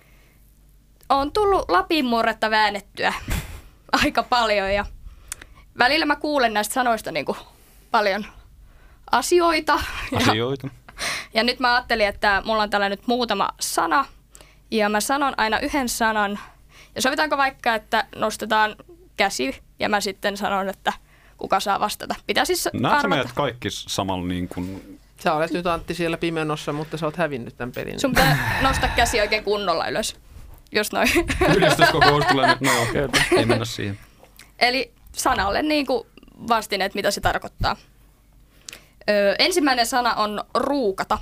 on tullut Lapin murretta väännettyä aika paljon ja välillä mä kuulen näistä sanoista niin kuin paljon asioita. Asioita. Ja, ja nyt mä ajattelin, että mulla on tällä nyt muutama sana. Ja mä sanon aina yhden sanan. Ja sovitaanko vaikka, että nostetaan käsi ja mä sitten sanon, että kuka saa vastata. Pitää siis Näetkö meidät kaikki samalla niin kuin... Sä olet nyt Antti siellä pimenossa, mutta sä oot hävinnyt tämän pelin. Sun pitää nostaa käsi oikein kunnolla ylös. Just noin. Ylistyskokous tulee nyt, no joo, ei mennä siihen. Eli sanalle niin kuin vastineet, mitä se tarkoittaa. Öö, ensimmäinen sana on ruukata.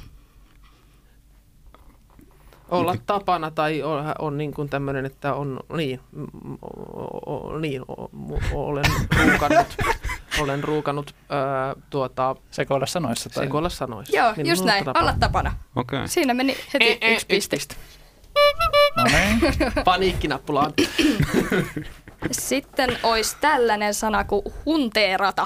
Olla tapana tai on, on niin kuin tämmöinen, että on niin, o, o, niin o, o, olen ruukannut, olen ruukannut ää, tuota, Sekoilla sanoissa. Tai... sekoilla sanoissa. Joo, Niin just näin. tapana. Olla tapana. Okei. Siinä meni heti Eh, eh, yksi piste. yksi No niin. Paniikkinappula. Sitten olisi tällainen sana kuin hunteerata.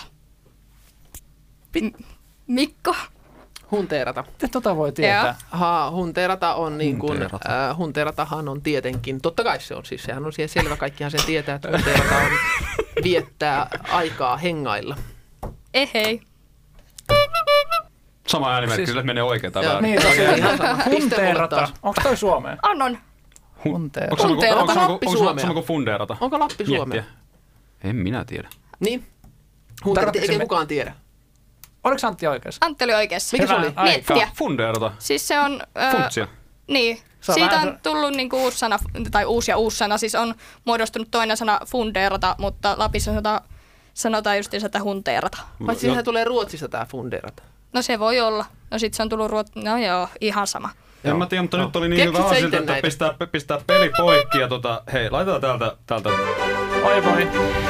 M- Mikko? Hunteerata. Miten tota voi tietää? Ha, hunteerata on niin kuin, Hunteerata. äh, hunteeratahan on tietenkin, totta kai se on siis, sehän on siihen selvä, kaikkihan sen tietää, että hunteerata on viettää aikaa hengailla. Ehei. Sama äänimerkki, Siis- sille menee oikein tai Joo. väärin. Niin, tosiaan. Ihan sama. Piste mulle Hunteerata. taas. Onko toi Suomeen? Annon. Hunteerata. Onko sama kuin- Hunteerata. onko sama kuin- Lappi onko sama- Suomea. sama kuin fundeerata? Onko Lappi Suomea? Miettiä. En minä tiedä. Niin. Hunteerata, Tarkoittiko eikä se me- kukaan tiedä. Oliko Antti oikeassa? Antti oli oikeassa. Mikä se Hyvää oli? aikaa. Miettiä. Fundeerata. Siis se on... Öö, Funtsia. Niin. Se on Siitä vähän on se- tullut niinku uusi sana, tai uusi ja uusi sana. Siis on muodostunut toinen sana fundeerata, mutta Lapissa sanotaan, sanotaan justiinsa, että hunteerata. Paitsi sehän tulee Ruotsista tää fundeerata. No se voi olla. No sit se on tullut ruot... No joo, ihan sama. En mä tiedä, mutta nyt oli niin Keksit hyvä sä asia, ite että näitä? pistää, pistää peli poikki ja tota, hei, laitetaan täältä, täältä. Oi voi.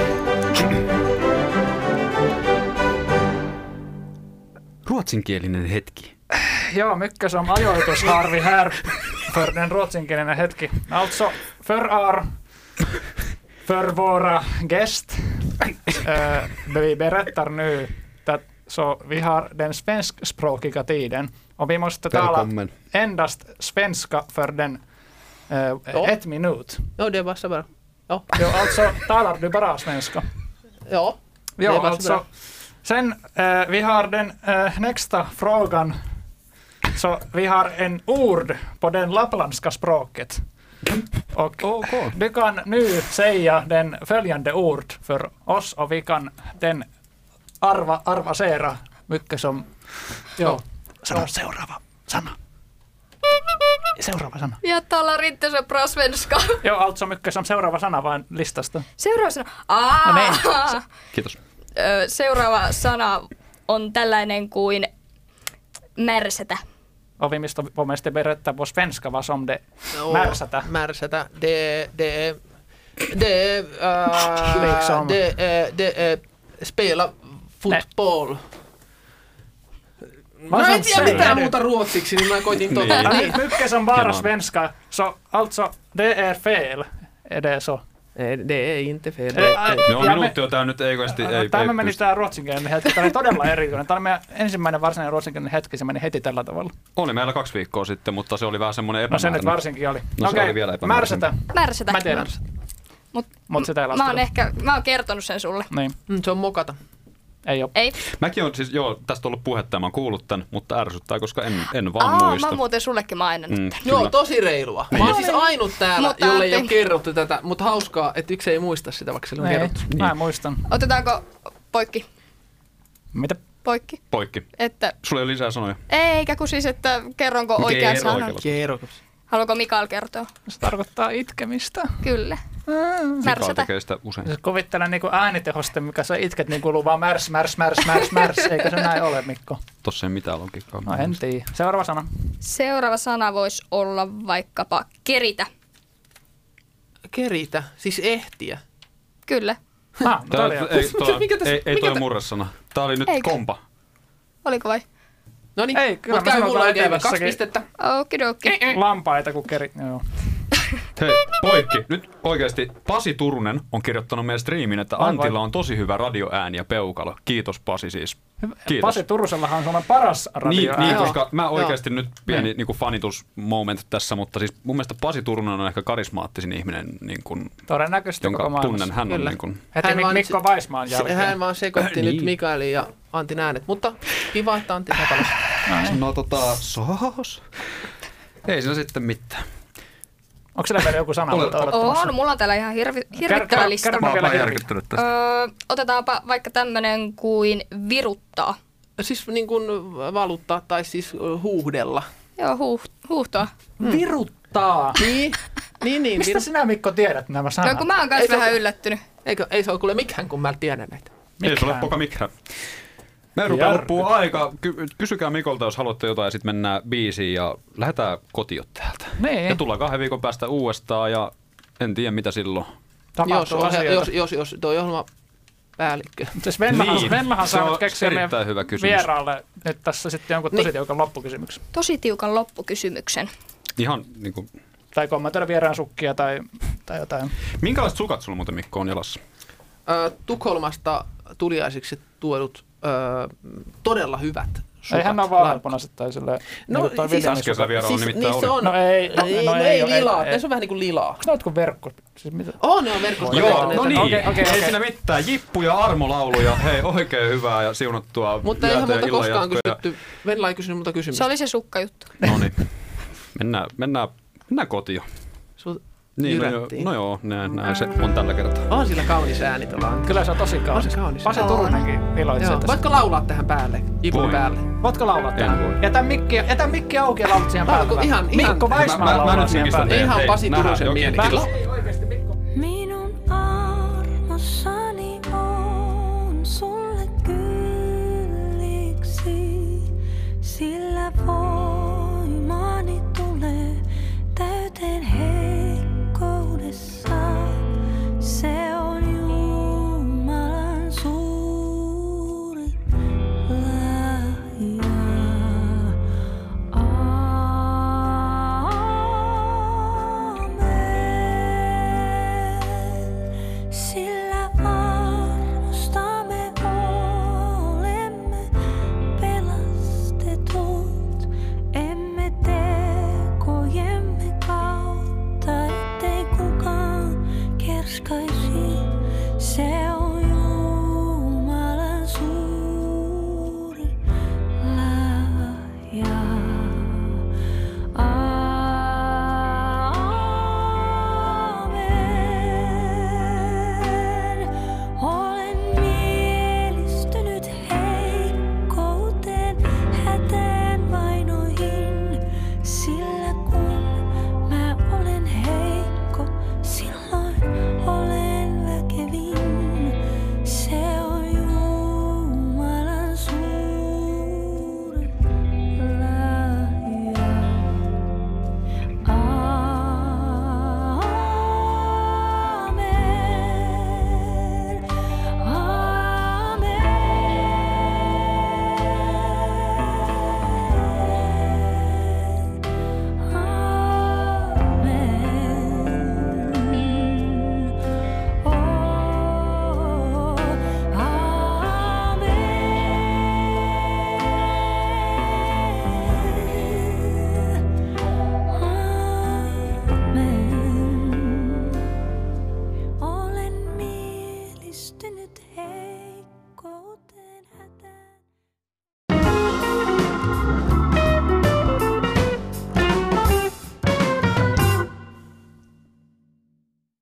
Ruotsinkielinen hetki. Ja, mycket som ajoitus har vi här för den ruotsinkielinen hetki. Alltså, för är för våra gäst äh, vi berättar nu att så vi har den svenskspråkiga tiden och vi måste tala Välkommen. endast svenska för den äh, Ja. ett minut. Joo, det var så bra. Ja. Jo, alltså talar du bara svenska? Ja. Det Jo, var så alltså. bra. Sen äh, vi har den äh, nästa frågan. Så vi har en ord på den lappländska språket. Och du kan nu säga den följande ord för oss och vi kan den arva, arvasera mycket som... Jo, sano seuraava sana. Seuraava sana. Ja talar inte så bra svenska. Jo, alltså mycket som seuraava sana vain listasta. Seuraava sana. Aa! No niin. Kiitos. Ö, Seuraava sana on tällainen kuin märsätä. Och vi måste, vi måste berätta på svenska vad som det Ja, märsätä. Märsätä. Det, det, det, äh, Liksom. det, äh, det är spela fotboll. Vad Mä som en tiedä säger mitään du? muuta ruotsiksi, niin mä koitin tota. Niin. Niin. Mycket som bara Genau. svenska. Så alltså, det är fel. Är det så? Ei, det är inte fel. Ei, ai- Me on Ja minuutti jo tää nyt eikoisesti. Ei, Tämä ei meni pysty. tämä ruotsinkielinen hetki. Tämä oli todella erikoinen. Tämä oli meidän ensimmäinen varsinainen ruotsinkielinen hetki. Se meni heti tällä tavalla. Oli meillä kaksi viikkoa sitten, mutta se oli vähän semmoinen No se nyt epämääräinen. varsinkin oli. No se Okei, oli vielä epämääräisempi. märsätä. Märsätä. Mä tiedän. Mut, Mut sitä ei mä lasketa. oon ehkä, mä oon kertonut sen sulle. Niin, Mm, se on mokata. ei oo. Ei. Mäkin on siis, joo, tästä ollut puhetta ja mä oon kuullut tän, mutta ärsyttää, koska en, en vaan Aa, mä muista. oon muuten sullekin maininnut. Mm, Joo, kyllä. tosi reilua. Mä oon siis ainut täällä, Mutta jolle ei ole Antti- kerrottu tätä, mutta hauskaa, että yksi ei muista sitä, vaikka sille on Ei, kerrottu. mä en muistan. Otetaanko poikki? Mitä? Poikki. Poikki. Että, Sulla ei ole lisää sanoja. eikä kun siis, että kerronko Kerro oikean sanan. oikealla. Kerro. Haluaako Mikael kertoa? Se tarkoittaa itkemistä. Kyllä. Mikael Märsätä. tekee sitä usein. Se kuvittelen niinku äänitehosta, mikä sä itket, niin kuuluu vaan märs, märs, märs, märs, märs. Eikö se näin ole, Mikko? Tossa ei mitään logiikkaa. No en tiedä. Seuraava sana. Seuraava sana voisi olla vaikkapa keritä. Keritä, siis ehtiä. Kyllä. Ah, no, Tää, toi oli- ei, toi, Mikä tässä- ei, ei mikä toi tä- murresana. Tää oli nyt Eikö? kompa. Oliko vai? No niin, Ei, kyllä mut mä käy sanon mulla kyllä oikein hyvä. Kaksi etelässäkin. pistettä. Okidoki. Lampaita kuin keri... Joo. Hei, poikki. Nyt oikeasti Pasi Turunen on kirjoittanut meidän striimin, että Vai, Antilla vai. on tosi hyvä radioääni ja peukalo. Kiitos Pasi siis. Kiitos. Pasi Turusellahan on Suomen paras radio. Niin, niin Joo. koska mä oikeasti Joo. nyt pieni niin kuin fanitusmoment tässä, mutta siis mun mielestä Pasi Turunen on ehkä karismaattisin ihminen, niin kuin, Todennäköisesti jonka koko maailmassa. tunnen. Hän on Kyllä. niin kuin, Heti Hän Mik- vaan- Mikko Weissmaan Se, jälkeen. hän vaan sekoitti Niin. nyt Mikaelin ja Antin äänet, mutta kiva, että Antti Häpälässä. no tota, sos. Ei siinä sitten mitään. Onko siellä vielä joku sana Ole- muuta odottamassa? On, mulla on täällä ihan hirvi, hirvittävä Kerro- lista. kerro- Mä oon vielä vaan hirvi- järkyttynyt tästä. Öö, otetaanpa vaikka tämmönen kuin viruttaa. Siis niin kuin valuttaa tai siis huuhdella. Joo, huuh, huuhtoa. Viruttaa. Niin, niin, niin. Mistä vir- sinä Mikko tiedät nämä No sanat? kun mä oon Ei kans se vähän ole- yllättynyt. Eikö, ei se ole kuule mikään, kun mä tiedän näitä. Ei se ole Mikään. poka mikään. Me rupeaa Järky. loppuu aika. Ky- kysykää Mikolta, jos haluatte jotain, ja sitten mennään biisiin ja lähdetään kotiin täältä. Niin. Ja tullaan kahden viikon päästä uudestaan ja en tiedä mitä silloin. Jos, Tapahtuu on, asioita. jos, jos, jos toi ohjelma päällikkö. Siis Venlahan, Niin, Venlahan se saa on nyt keksiä erittäin meidän hyvä kysymys. vieraalle nyt tässä sitten jonkun tosi Niin. tiukan loppukysymyksen. Tosi tiukan loppukysymyksen. Ihan niin kuin, Tai kommentoida vieraan sukkia tai, tai jotain. minkälaiset sukat sulla muuten Mikko on jalassa? Ö, Tukholmasta tuliaisiksi tuodut ö, todella hyvät sukat. Ei hän ole vaaleanpunaiset tai silleen. No, niin kuin toi siis Viljamin äsken sukat. sä vieraalla Siis nimittäin niissä oli. on. No ei, no, ei, no no ei, ei, ei, lilaa. ei. Tässä on vähän niin kuin lilaa. Onko ne jotkut verkko? Siis mitä? Oh, ne on verkosta. Joo, löytäneet. no niin. Okei, okei, Ei okei. siinä mitään. Jippu ja armolauluja. Hei, oikein hyvää ja siunattua Mutta eihän yötä ja multa koskaan illanjatkoja. kysytty. Venla ei kysynyt multa kysymystä. Se oli se sukkajuttu. No niin. Mennään, mennään, mennään kotiin. Sut Niin, no, joo, jyrättiin. no joo, näin, näin se on tällä kertaa. On sillä kaunis ääni tuolla Antti. Kyllä se on tosi kaunis. On se kaunis. Pasi On. Turunenkin iloitsee Joo. tästä. Voitko laulaa tähän päälle? Jipun Voin. päälle. Voitko laulaa En tähän? voi. Jätä mikki, jätä mikki auki ja laulat siihen Laulako päälle. ihan- ihan- Mikko Mä, Weissmaan mä, mä laulaa nyt siihen sikistän päälle. teidän. Ihan Hei, Pasi nähdään. Turusen Okei, mielikila. kiitos.